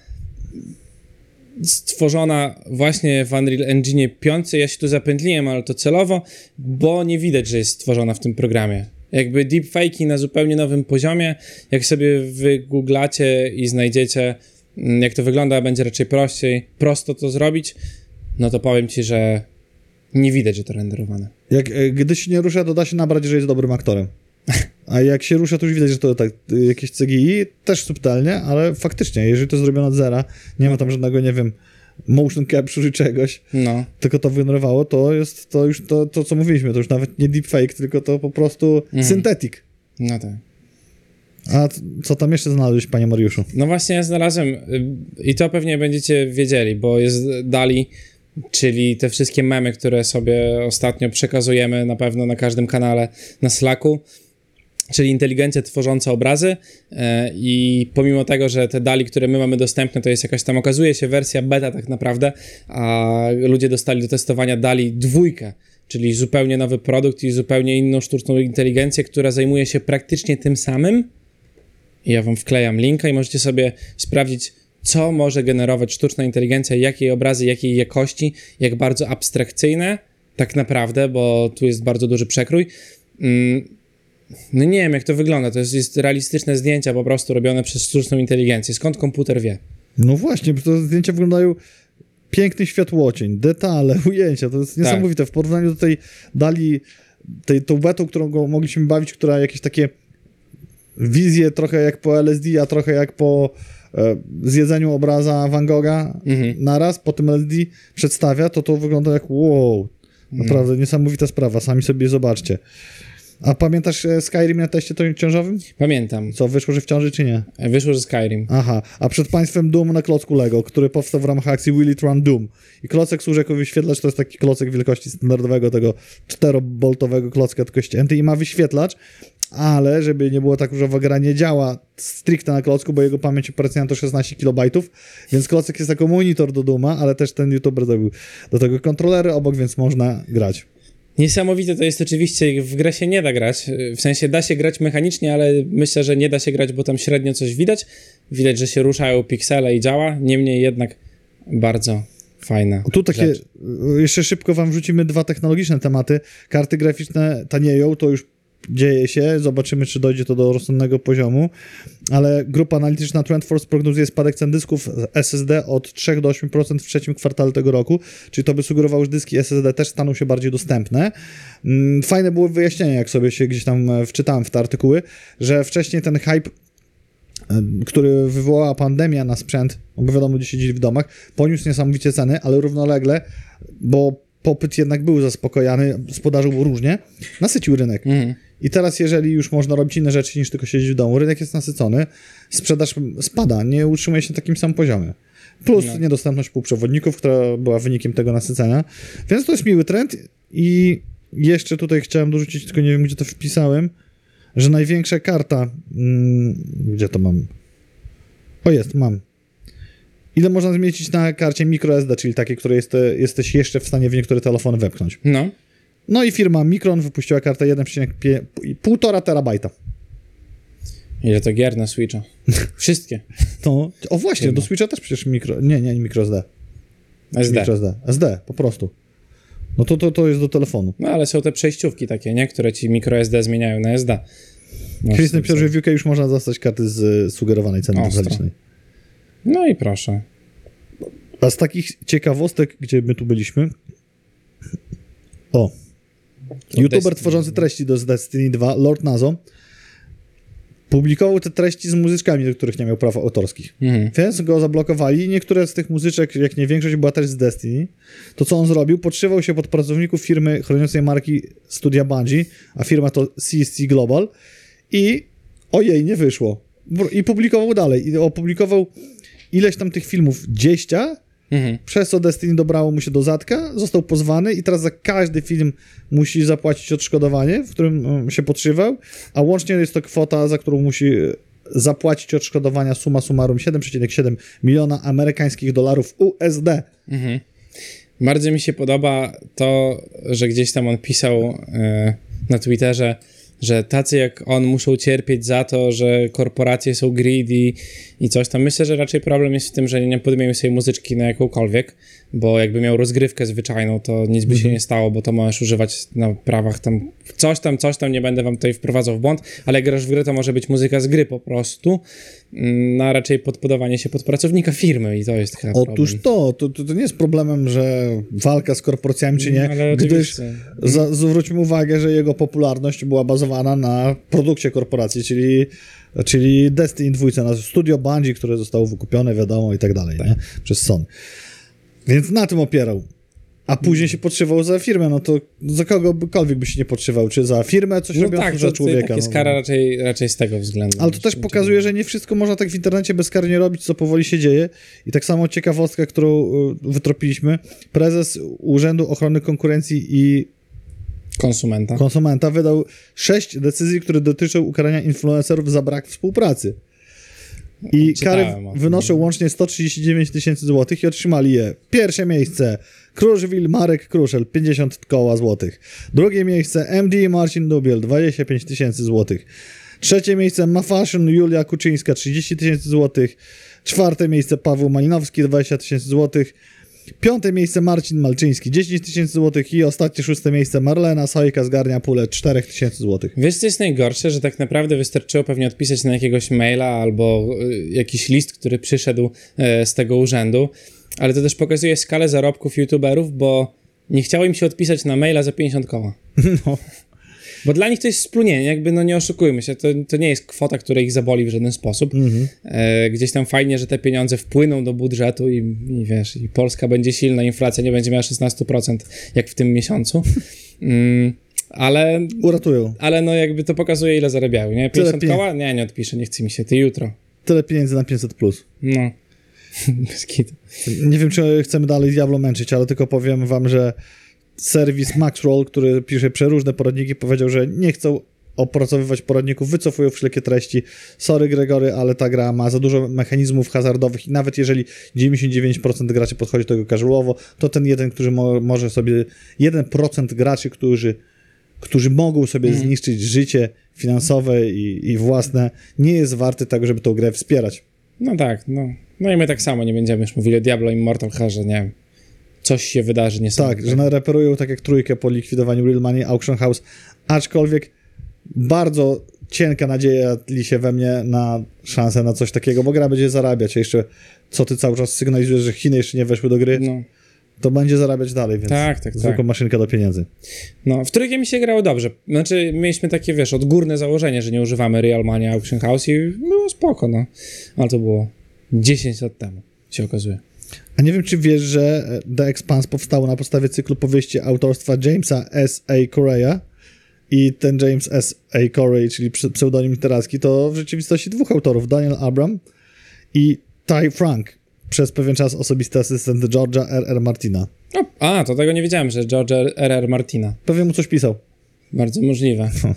stworzona właśnie w Unreal Engine piątce. Ja się tu zapętliłem, ale to celowo, bo nie widać, że jest stworzona w tym programie. Jakby deepfake'i na zupełnie nowym poziomie. Jak sobie wygooglacie i znajdziecie, jak to wygląda, będzie raczej prościej, prosto to zrobić, no to powiem ci, że nie widać, że to renderowane. Jak, gdy się nie rusza, to da się nabrać, że jest dobrym aktorem. A jak się rusza, to już widać, że to tak jakieś C G I, też subtelnie, ale faktycznie, jeżeli to zrobiono od zera, nie ma tam żadnego, nie wiem, motion capture czy czegoś, no. tylko to wygenerowało, to jest to już to, to, co mówiliśmy, to już nawet nie deepfake, tylko to po prostu mhm. synthetic. No tak. A co tam jeszcze znalazłeś, panie Mariuszu? No właśnie ja znalazłem i to pewnie będziecie wiedzieli, bo jest DALL-E, czyli te wszystkie memy, które sobie ostatnio przekazujemy na pewno na każdym kanale na Slacku, czyli inteligencja tworząca obrazy e, i pomimo tego, że te DALL-E, które my mamy dostępne, to jest jakaś tam, okazuje się, wersja beta tak naprawdę, a ludzie dostali do testowania DALL-E dwójkę, czyli zupełnie nowy produkt i zupełnie inną sztuczną inteligencję, która zajmuje się praktycznie tym samym. I ja wam wklejam linka i możecie sobie sprawdzić, co może generować sztuczna inteligencja, jakie obrazy, jakiej jakości, jak bardzo abstrakcyjne tak naprawdę, bo tu jest bardzo duży przekrój. No nie wiem, jak to wygląda. To jest, jest realistyczne zdjęcia po prostu robione przez sztuczną inteligencję. Skąd komputer wie? No właśnie, bo to zdjęcia wyglądają piękny światłocień, detale, ujęcia. To jest niesamowite. Tak. W porównaniu do tej DALL-E, tej, tą betą, którą go mogliśmy bawić, która jakieś takie wizje trochę jak po L S D, a trochę jak po e, zjedzeniu obraza Van Gogha mhm. naraz, po tym L S D przedstawia, to to wygląda jak wow. Naprawdę mhm. niesamowita sprawa. Sami sobie zobaczcie. A pamiętasz Skyrim na teście to ciążowym? Pamiętam. Co, wyszło, że w ciąży, czy nie? Wyszło, że Skyrim. Aha, a przed państwem Doom na klocku Lego, który powstał w ramach akcji Will It Run Doom. I klocek służy jako wyświetlacz, to jest taki klocek wielkości standardowego, tego czteroboltowego klocka, tylko ścięty i ma wyświetlacz, ale żeby nie było tak, że gra nie działa stricte na klocku, bo jego pamięć operacyjna to szesnaście kilobajtów, więc klocek jest jako monitor do Dooma, ale też ten youtuber zrobił do tego kontrolery obok, więc można grać. Niesamowite to jest oczywiście, w grę się nie da grać, w sensie da się grać mechanicznie, ale myślę, że nie da się grać, bo tam średnio coś widać. Widać, że się ruszają piksele i działa, niemniej jednak bardzo fajna Tu takie, rzecz. Jeszcze szybko wam wrzucimy dwa technologiczne tematy. Karty graficzne tanieją, to już dzieje się, zobaczymy, czy dojdzie to do rozsądnego poziomu, ale grupa analityczna TrendForce prognozuje spadek cen dysków S S D od trzy do ośmiu procent w trzecim kwartale tego roku, czyli to by sugerowało, że dyski S S D też staną się bardziej dostępne. Fajne były wyjaśnienia, jak sobie się gdzieś tam wczytałem w te artykuły, że wcześniej ten hype, który wywołała pandemia na sprzęt, bo wiadomo, gdzie siedzieli w domach, poniósł niesamowicie ceny, ale równolegle, bo popyt jednak był zaspokojany, spodarzył różnie, nasycił rynek. Mhm. I teraz, jeżeli już można robić inne rzeczy niż tylko siedzieć w domu, rynek jest nasycony, sprzedaż spada, nie utrzymuje się na takim samym poziomie. Plus no. niedostępność półprzewodników, która była wynikiem tego nasycenia. Więc to jest miły trend i jeszcze tutaj chciałem dorzucić, tylko nie wiem, gdzie to wpisałem, że największa karta... Hmm, gdzie to mam? O, jest, mam. Ile można zmieścić na karcie microSD, czyli takiej, której jest, jesteś jeszcze w stanie w niektóre telefony wepchnąć. No. No i firma Micron wypuściła kartę jeden przecinek pięć terabajta. Ile to gier na Switcha? Wszystkie. To, o właśnie, Firma. Do Switcha też przecież mikro... Nie, nie, nie microSD. S D. MicroSD. S D, po prostu. No to, to, to jest do telefonu. No ale są te przejściówki takie, nie? Które ci microSD zmieniają na S D. Kiedyś napisał, że w U K już można dostać karty z sugerowanej ceny detalicznej. No i proszę. A z takich ciekawostek, gdzie my tu byliśmy... O. YouTuber Destiny. Tworzący treści do Destiny dwa, Lord Nazo, publikował te treści z muzyczkami, do których nie miał praw autorskich. Mhm. Więc go zablokowali. Niektóre z tych muzyczek, jak nie większość, była też z Destiny. To, co on zrobił, podszywał się pod pracowników firmy chroniącej marki studia Bungie, a firma to C S C Global i ojej, nie wyszło. I publikował dalej. I opublikował ileś tam tych filmów, dzieścia, mhm. przez co Destiny dobrało mu się do zatka, został pozwany i teraz za każdy film musi zapłacić odszkodowanie, w którym się podszywał, a łącznie jest to kwota, za którą musi zapłacić odszkodowania summa summarum siedem przecinek siedem miliona amerykańskich dolarów U S D. Mhm. Bardzo mi się podoba to, że gdzieś tam on pisał yy, na Twitterze, że tacy jak on muszą cierpieć za to, że korporacje są greedy i coś tam. Myślę, że raczej problem jest w tym, że nie podejmujemy sobie muzyczki na jakąkolwiek, bo jakby miał rozgrywkę zwyczajną, to nic by mm-hmm. się nie stało, bo to możesz używać na prawach tam coś tam, coś tam, nie będę wam tutaj wprowadzał w błąd, ale jak grasz w grę, to może być muzyka z gry po prostu, na raczej podpodawanie się pod pracownika firmy i to jest chyba Otóż to, to, to nie jest problemem, że walka z korporacjami czy nie, no, gdyż za, zwróćmy uwagę, że jego popularność była bazowana na produkcie korporacji, czyli czyli Destiny dwa, na studio Bungie, które zostało wykupione, wiadomo, i tak dalej, tak. Nie? Przez Sony. Więc na tym opierał. A później się podszywał za firmę, no to za kogokolwiek by się nie podszywał, czy za firmę, coś no robiąc tak, za człowieka. Tak, jest no. kara raczej, raczej z tego względu. Ale to też pokazuje, że nie wszystko można tak w internecie bezkarnie robić, co powoli się dzieje. I tak samo ciekawostka, którą wytropiliśmy. Prezes Urzędu Ochrony Konkurencji i Konsumenta. Konsumenta wydał sześć decyzji, które dotyczą ukarania influencerów za brak współpracy. I kary wynoszą łącznie sto trzydzieści dziewięć tysięcy złotych i otrzymali je. Pierwsze miejsce Kruszwil Marek Kruszel, pięćdziesiąt koła złotych. Drugie miejsce M D Marcin Dubiel, dwadzieścia pięć tysięcy złotych. Trzecie miejsce Mafashion Julia Kuczyńska, trzydzieści tysięcy złotych. Czwarte miejsce Paweł Malinowski, dwadzieścia tysięcy złotych. Piąte miejsce Marcin Malczyński, dziesięć tysięcy złotych i ostatnie szóste miejsce Marlena Sojka zgarnia pulę cztery tysiące złotych. Wiesz, co jest najgorsze? Że tak naprawdę wystarczyło pewnie odpisać na jakiegoś maila albo y, jakiś list, który przyszedł y, z tego urzędu, ale to też pokazuje skalę zarobków youtuberów, bo nie chciało im się odpisać na maila za pięćdziesiąt koła. No. Bo dla nich to jest splunienie, jakby no nie oszukujmy się, to, to nie jest kwota, która ich zaboli w żaden sposób. Mm-hmm. E, gdzieś tam fajnie, że te pieniądze wpłyną do budżetu i, i wiesz, i Polska będzie silna, inflacja nie będzie miała szesnaście procent jak w tym miesiącu. Mm, ale... Uratują. Ale no jakby to pokazuje, ile zarabiały, nie? pięćdziesiąt koła? Nie, nie odpiszę, nie chce mi się, ty jutro. Tyle pieniędzy na pięćset plus. No. Bez kitu. Nie wiem, czy chcemy dalej Diablo męczyć, ale tylko powiem wam, że serwis Maxroll, który pisze przeróżne poradniki, powiedział, że nie chcą opracowywać poradników, wycofują wszelkie treści. Sorry Gregory, ale ta gra ma za dużo mechanizmów hazardowych i nawet jeżeli dziewięćdziesiąt dziewięć procent graczy podchodzi do tego casualowo, to ten jeden, który mo- może sobie, jeden procent graczy, którzy, którzy mogą sobie mm. zniszczyć życie finansowe i, i własne, nie jest warty tego, żeby tą grę wspierać. No tak, no. No i my tak samo nie będziemy już mówili o Diablo Immortal, że nie wiem, coś się wydarzy niesamowitego. Tak, że nareperują tak jak trójkę po likwidowaniu Real Money Auction House, aczkolwiek bardzo cienka nadzieja tli się we mnie na szansę na coś takiego, bo gra będzie zarabiać, a jeszcze co ty cały czas sygnalizujesz, że Chiny jeszcze nie weszły do gry, no. to będzie zarabiać dalej, więc tak, tak, zwykła tak. maszynka do pieniędzy. No, w trójkę mi się grało dobrze. Znaczy, mieliśmy takie, wiesz, odgórne założenie, że nie używamy Real Money Auction House i było spoko, no. Ale to było dziesięć lat temu, się okazuje. A nie wiem, czy wiesz, że The Expanse powstało na podstawie cyklu powieści autorstwa Jamesa S A. Correya i ten James S A. Corey, czyli pseudonim literacki, to w rzeczywistości dwóch autorów, Daniel Abram i Ty Frank, przez pewien czas osobisty asystent George'a R R. Martina. O, a, to tego nie wiedziałem, że George R R. Martina. Pewnie mu coś pisał. Bardzo możliwe. No.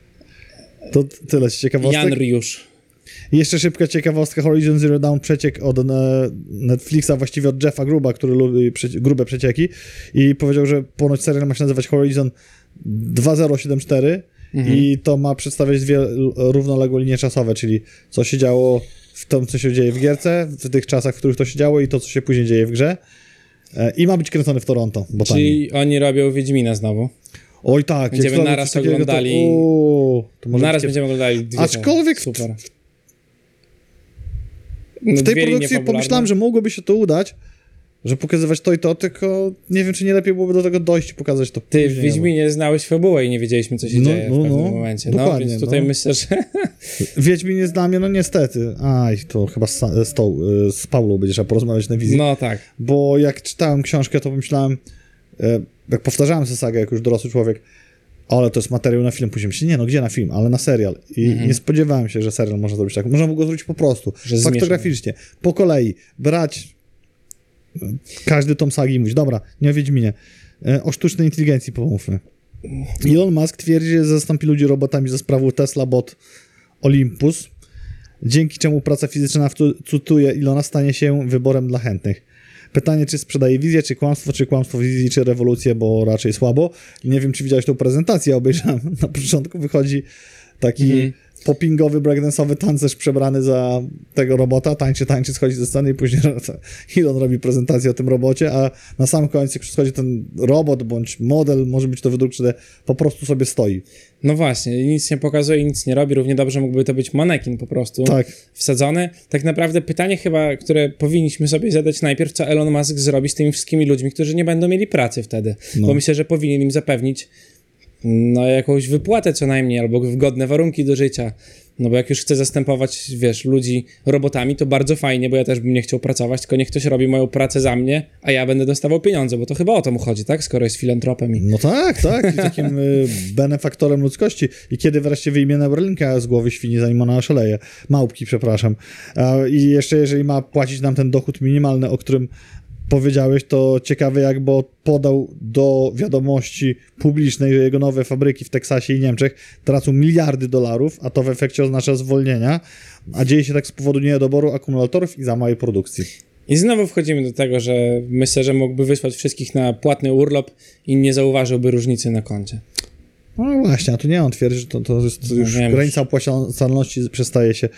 To tyle z ciekawostek. Jan Riusz. Jeszcze szybka ciekawostka, Horizon Zero Dawn przeciek od Netflixa, właściwie od Jeffa Gruba, który lubi przecie- grube przecieki i powiedział, że ponoć serial ma się nazywać Horizon dwa zero siedem cztery mhm. i to ma przedstawiać dwie równoległe linie czasowe, czyli co się działo w tym, co się dzieje w gierce, w tych czasach, w których to się działo i to, co się później dzieje w grze i ma być kręcony w Toronto. Czyli oni robią Wiedźmina znowu. Oj tak. Będziemy naraz takiego, oglądali. To, o, to może naraz takie... będziemy oglądali dwie. Aczkolwiek super. No w tej produkcji pomyślałem, że mogłoby się to udać, że pokazywać to i to, tylko nie wiem, czy nie lepiej byłoby do tego dojść i pokazać to Ty później, w Wiedźminie bo... znałeś fabułę i nie wiedzieliśmy, co się no, dzieje no, w pewnym no, momencie. No, więc tutaj no. myślę, że... Wiedźmin jest dla mnie, no niestety. Aj, to chyba z, z, tą, z Paulą będzie trzeba porozmawiać na wizji. No tak. Bo jak czytałem książkę, to pomyślałem, jak powtarzałem tę sagę, jak już dorosły człowiek, ale to jest materiał na film. Później myślę, nie no, gdzie na film, ale na serial. I mm-hmm. nie spodziewałem się, że serial można zrobić tak. Można go zrobić po prostu, że faktograficznie, po kolei, brać każdy tom sagi i mówić, dobra, nie o Wiedźminie, o sztucznej inteligencji pomówmy. Elon Musk twierdzi, że zastąpi ludzi robotami za sprawą Tesla Bot Olympus. dzięki czemu praca fizyczna, cytuję Ilona, stanie się wyborem dla chętnych. Pytanie, czy sprzedaje wizję, czy kłamstwo, czy kłamstwo wizji, czy rewolucję, bo raczej słabo. Nie wiem, czy widziałeś tą prezentację, obejrzałem. Na początku wychodzi taki mm. poppingowy, breakdance'owy tancerz przebrany za tego robota, tańczy, tańczy, schodzi ze sceny i później Elon robi prezentację o tym robocie, a na samym końcu schodzi ten robot, bądź model, może być to wydruk trzy D, po prostu sobie stoi. No właśnie, nic nie pokazuje, nic nie robi, równie dobrze mógłby to być manekin po prostu tak. wsadzony. Tak naprawdę pytanie chyba, które powinniśmy sobie zadać najpierw, co Elon Musk zrobi z tymi wszystkimi ludźmi, którzy nie będą mieli pracy wtedy, no. Bo myślę, że powinien im zapewnić no jakąś wypłatę co najmniej, albo godne warunki do życia, no bo jak już chcę zastępować, wiesz, ludzi robotami, to bardzo fajnie, bo ja też bym nie chciał pracować, tylko niech ktoś robi moją pracę za mnie, a ja będę dostawał pieniądze, bo to chyba o to mu chodzi, tak? Skoro jest filantropem. I... No tak, tak, i takim y, benefaktorem ludzkości. I kiedy wreszcie wyjmie Neuralinka z głowy świni, zanim ona oszaleje, małpki, przepraszam. A, i jeszcze jeżeli ma płacić nam ten dochód minimalny, o którym powiedziałeś, to ciekawe jak, bo podał do wiadomości publicznej, że jego nowe fabryki w Teksasie i Niemczech tracą miliardy dolarów, a to w efekcie oznacza zwolnienia, a dzieje się tak z powodu niedoboru akumulatorów i za małej produkcji. I znowu wchodzimy do tego, że myślę, że mógłby wysłać wszystkich na płatny urlop i nie zauważyłby różnicy na koncie. No właśnie, a tu nie on twierdzi, że to, to jest no już granica opłacalności przestaje się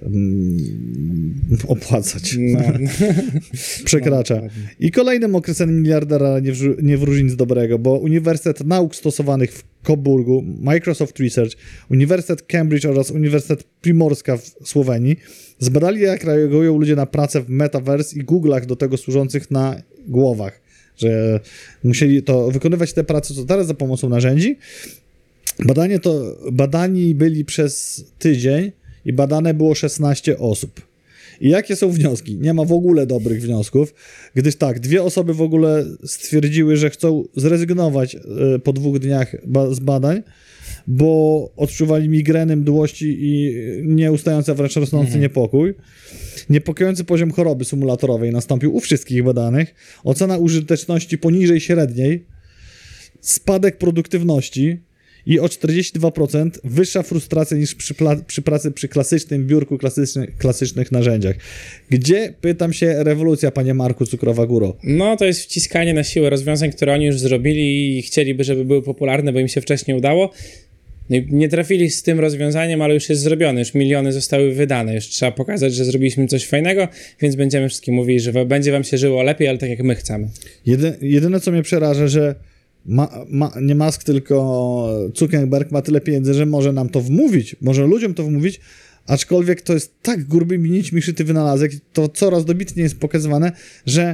um, opłacać. No. Przekracza. No, I kolejnym okresem miliardera nie, wrzu- nie wróży nic dobrego, bo Uniwersytet Nauk Stosowanych w Coburgu, Microsoft Research, Uniwersytet Cambridge oraz Uniwersytet Primorska w Słowenii zbadali, jak reagują ludzie na pracę w Metaverse i Google'ach do tego służących na głowach. Że musieli to wykonywać te prace co teraz za pomocą narzędzi. Badanie to, badani byli przez tydzień i badane było szesnaście osób. I jakie są wnioski? Nie ma w ogóle dobrych wniosków, gdyż tak, dwie osoby w ogóle stwierdziły, że chcą zrezygnować po dwóch dniach ba- z badań, bo odczuwali migreny, mdłości i nieustający, a wręcz rosnący mhm. niepokój. Niepokojący poziom choroby symulatorowej nastąpił u wszystkich badanych. Ocena użyteczności poniżej średniej, spadek produktywności i o czterdzieści dwa procent wyższa frustracja niż przy, pla- przy pracy przy klasycznym biurku, klasyczny, klasycznych narzędziach. Gdzie, pytam się, rewolucja, panie Marku Cukrowa Góro? No, to jest wciskanie na siłę rozwiązań, które oni już zrobili i chcieliby, żeby były popularne, bo im się wcześniej udało. Nie trafili z tym rozwiązaniem, ale już jest zrobione, już miliony zostały wydane, już trzeba pokazać, że zrobiliśmy coś fajnego, więc będziemy wszystkim mówili, że będzie wam się żyło lepiej, ale tak jak my chcemy. Jedy, jedyne, co mnie przeraża, że ma, ma, nie Musk, tylko Zuckerberg ma tyle pieniędzy, że może nam to wmówić, może ludziom to wmówić, aczkolwiek to jest tak grubymi nićmi szyty wynalazek, to coraz dobitnie jest pokazywane, że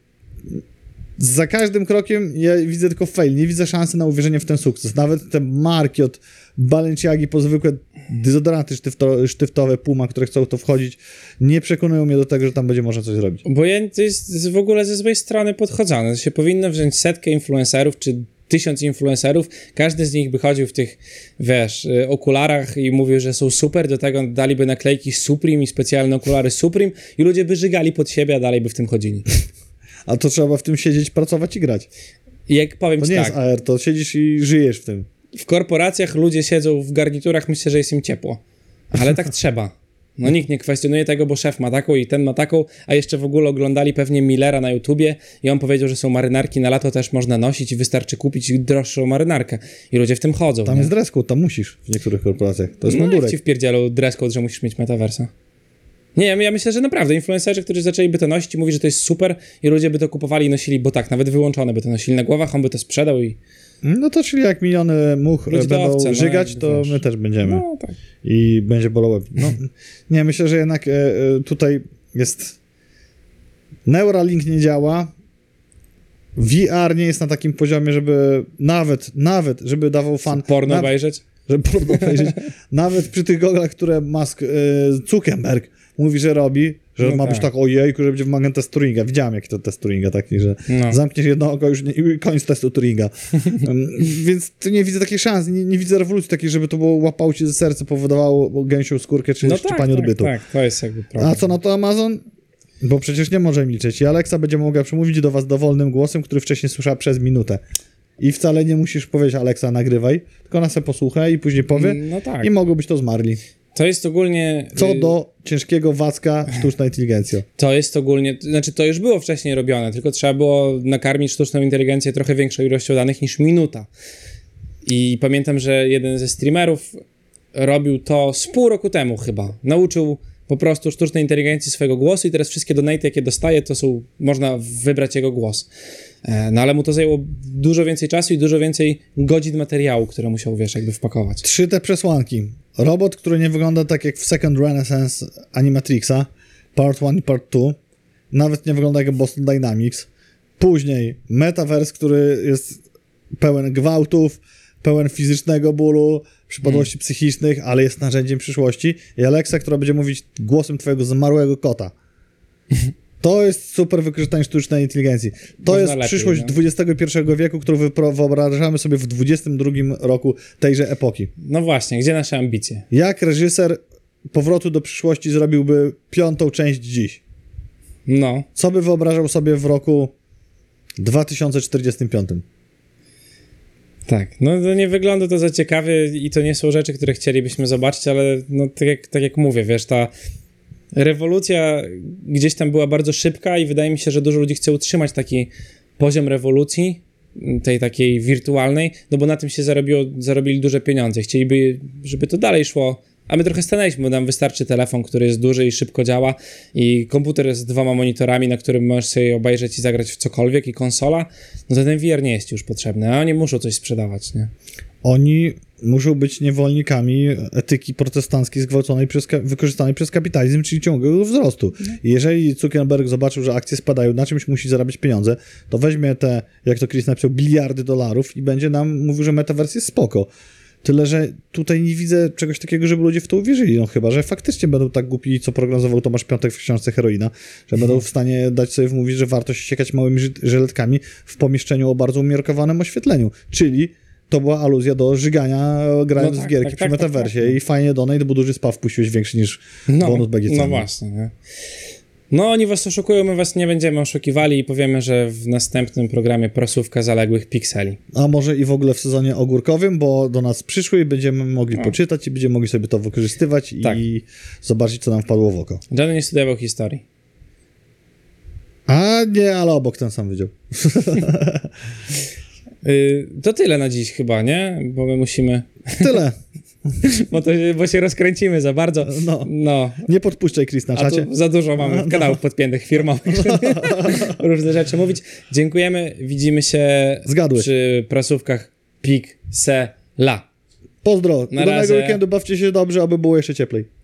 za każdym krokiem ja widzę tylko fail, nie widzę szansy na uwierzenie w ten sukces. Nawet te marki od Balenciagi po zwykłe dezodoranty sztyfto, sztyftowe Puma, które chcą to wchodzić, nie przekonują mnie do tego, że tam będzie można coś zrobić. Bo ja, to jest w ogóle ze złej strony podchodzone. To się powinno wziąć setkę influencerów, czy tysiąc influencerów, każdy z nich by chodził w tych, wiesz, okularach i mówił, że są super, do tego daliby naklejki Supreme i specjalne okulary Supreme i ludzie by żygali pod siebie, a dalej by w tym chodzili. A to trzeba w tym siedzieć, pracować i grać. I jak powiem to ci nie tak, jest A R, to siedzisz i żyjesz w tym. W korporacjach ludzie siedzą w garniturach, myślę, że jest im ciepło. Ale tak trzeba. No nikt nie kwestionuje tego, bo szef ma taką i ten ma taką, a jeszcze w ogóle oglądali pewnie Millera na YouTubie i on powiedział, że są marynarki na lato też można nosić i wystarczy kupić droższą marynarkę. I ludzie w tym chodzą. Tam nie? jest dress code, tam musisz w niektórych korporacjach. To jest no mundurek. jak ci wpierdzielą dress code, że musisz mieć metaversa? Nie, ja, ja myślę, że naprawdę influencerzy, którzy zaczęliby to nosić i mówi, że to jest super i ludzie by to kupowali i nosili, bo tak, nawet wyłączone by to nosili na głowach, on by to sprzedał i... No to czyli jak miliony much będą owce, żygać, no, to wiesz. my też będziemy. No, tak. I będzie bolało łeb. No, nie, myślę, że jednak e, tutaj jest... Neuralink nie działa. V R nie jest na takim poziomie, żeby nawet, nawet, żeby dawał fan... Porno nawet, obejrzeć? Żeby porno obejrzeć. Nawet przy tych goglach, które Musk, e, Zuckerberg mówi, że robi, że no ma tak. być tak, ojejku, że będzie wymagany test Turinga. Widziałem, jaki to test Turinga taki, że no. zamkniesz jedno oko już nie, i koniec testu Turinga. um, więc tu nie widzę takiej szansy, nie, nie widzę rewolucji takiej, żeby to było łapało ci ze serca, powodowało gęsią skórkę czy no szczypanie tak, odbytu. Tak, tak, to jest jakby problem. A co na to Amazon? Bo przecież nie może milczeć. I Alexa będzie mogła przemówić do was dowolnym głosem, który wcześniej słyszała przez minutę. I wcale nie musisz powiedzieć Alexa nagrywaj, tylko ona sobie posłucha i później powie no tak. i mogą być to zmarli. To jest ogólnie... Co do ciężkiego wacka sztuczna inteligencja. To jest ogólnie... Znaczy, to już było wcześniej robione, tylko trzeba było nakarmić sztuczną inteligencję trochę większą ilością danych niż minuta. I pamiętam, że jeden ze streamerów robił to z pół roku temu chyba. Nauczył po prostu sztucznej inteligencji swojego głosu i teraz wszystkie donaty, jakie dostaje, to są... Można wybrać jego głos. No ale mu to zajęło dużo więcej czasu i dużo więcej godzin materiału, które musiał, wiesz, jakby wpakować. Trzy te przesłanki. Robot, który nie wygląda tak jak w Second Renaissance Animatrixa, Part jeden i Part dwa. Nawet nie wygląda jak Boston Dynamics. Później Metaverse, który jest pełen gwałtów, pełen fizycznego bólu, przypadłości hmm. psychicznych, ale jest narzędziem przyszłości. I Alexa, która będzie mówić głosem twojego zmarłego kota. To jest super wykorzystanie sztucznej inteligencji. To Można jest lepiej, przyszłość no. dwudziestego pierwszego wieku, którą wyobrażamy sobie w dwudziestym drugim roku tejże epoki. No właśnie, gdzie nasze ambicje? Jak reżyser Powrotu do przyszłości zrobiłby piątą część dziś? No. Co by wyobrażał sobie w roku dwa tysiące czterdziestym piątym? Tak, no to nie wygląda to za ciekawie i to nie są rzeczy, które chcielibyśmy zobaczyć, ale no tak jak, tak jak mówię, wiesz, ta rewolucja gdzieś tam była bardzo szybka i wydaje mi się, że dużo ludzi chce utrzymać taki poziom rewolucji, tej takiej wirtualnej, no bo na tym się zarobiło, zarobili duże pieniądze. Chcieliby, żeby to dalej szło, a my trochę stanęliśmy, bo nam wystarczy telefon, który jest duży i szybko działa i komputer z dwoma monitorami, na którym możesz sobie obejrzeć i zagrać w cokolwiek i konsola, no to ten V R nie jest już potrzebny, a oni muszą coś sprzedawać, nie? Oni muszą być niewolnikami etyki protestanckiej zgwałconej, przez, wykorzystanej przez kapitalizm, czyli ciągłego wzrostu. I jeżeli Zuckerberg zobaczył, że akcje spadają, na czymś musi zarabiać pieniądze, to weźmie te, jak to Chris napisał, biliardy dolarów i będzie nam mówił, że metaverse jest spoko. Tyle, że tutaj nie widzę czegoś takiego, żeby ludzie w to uwierzyli. No chyba, że faktycznie będą tak głupi, co prognozował Tomasz Piątek w książce Heroina, że będą w stanie dać sobie wmówić, że warto się siekać małymi żyletkami w pomieszczeniu o bardzo umiarkowanym oświetleniu. Czyli to była aluzja do żygania grając no tak, w gierki tak, przy tak, metaversie tak, tak. I fajnie donate, bo duży spaw wpuściłeś większy niż no, bonus B G C. No właśnie, nie? No oni was oszukują, my was nie będziemy oszukiwali i powiemy, że w następnym programie prosówka zaległych pikseli. A może i w ogóle w sezonie ogórkowym, bo do nas przyszły i będziemy mogli o. poczytać i będziemy mogli sobie to wykorzystywać tak. i zobaczyć, co nam wpadło w oko. Żaden nie studiował historii. A nie, ale obok ten sam wydział. Yy, to tyle na dziś chyba, nie? Bo my musimy... Tyle. bo, to, bo się rozkręcimy za bardzo. No. no. Nie podpuszczaj, Chris, na czacie. Za dużo mamy kanałów no. podpiętych firmowych, żeby różne rzeczy mówić. Dziękujemy, widzimy się Zgadłeś. przy prasówkach Piksela. Pozdro. Udanego weekendu, bawcie się dobrze, aby było jeszcze cieplej.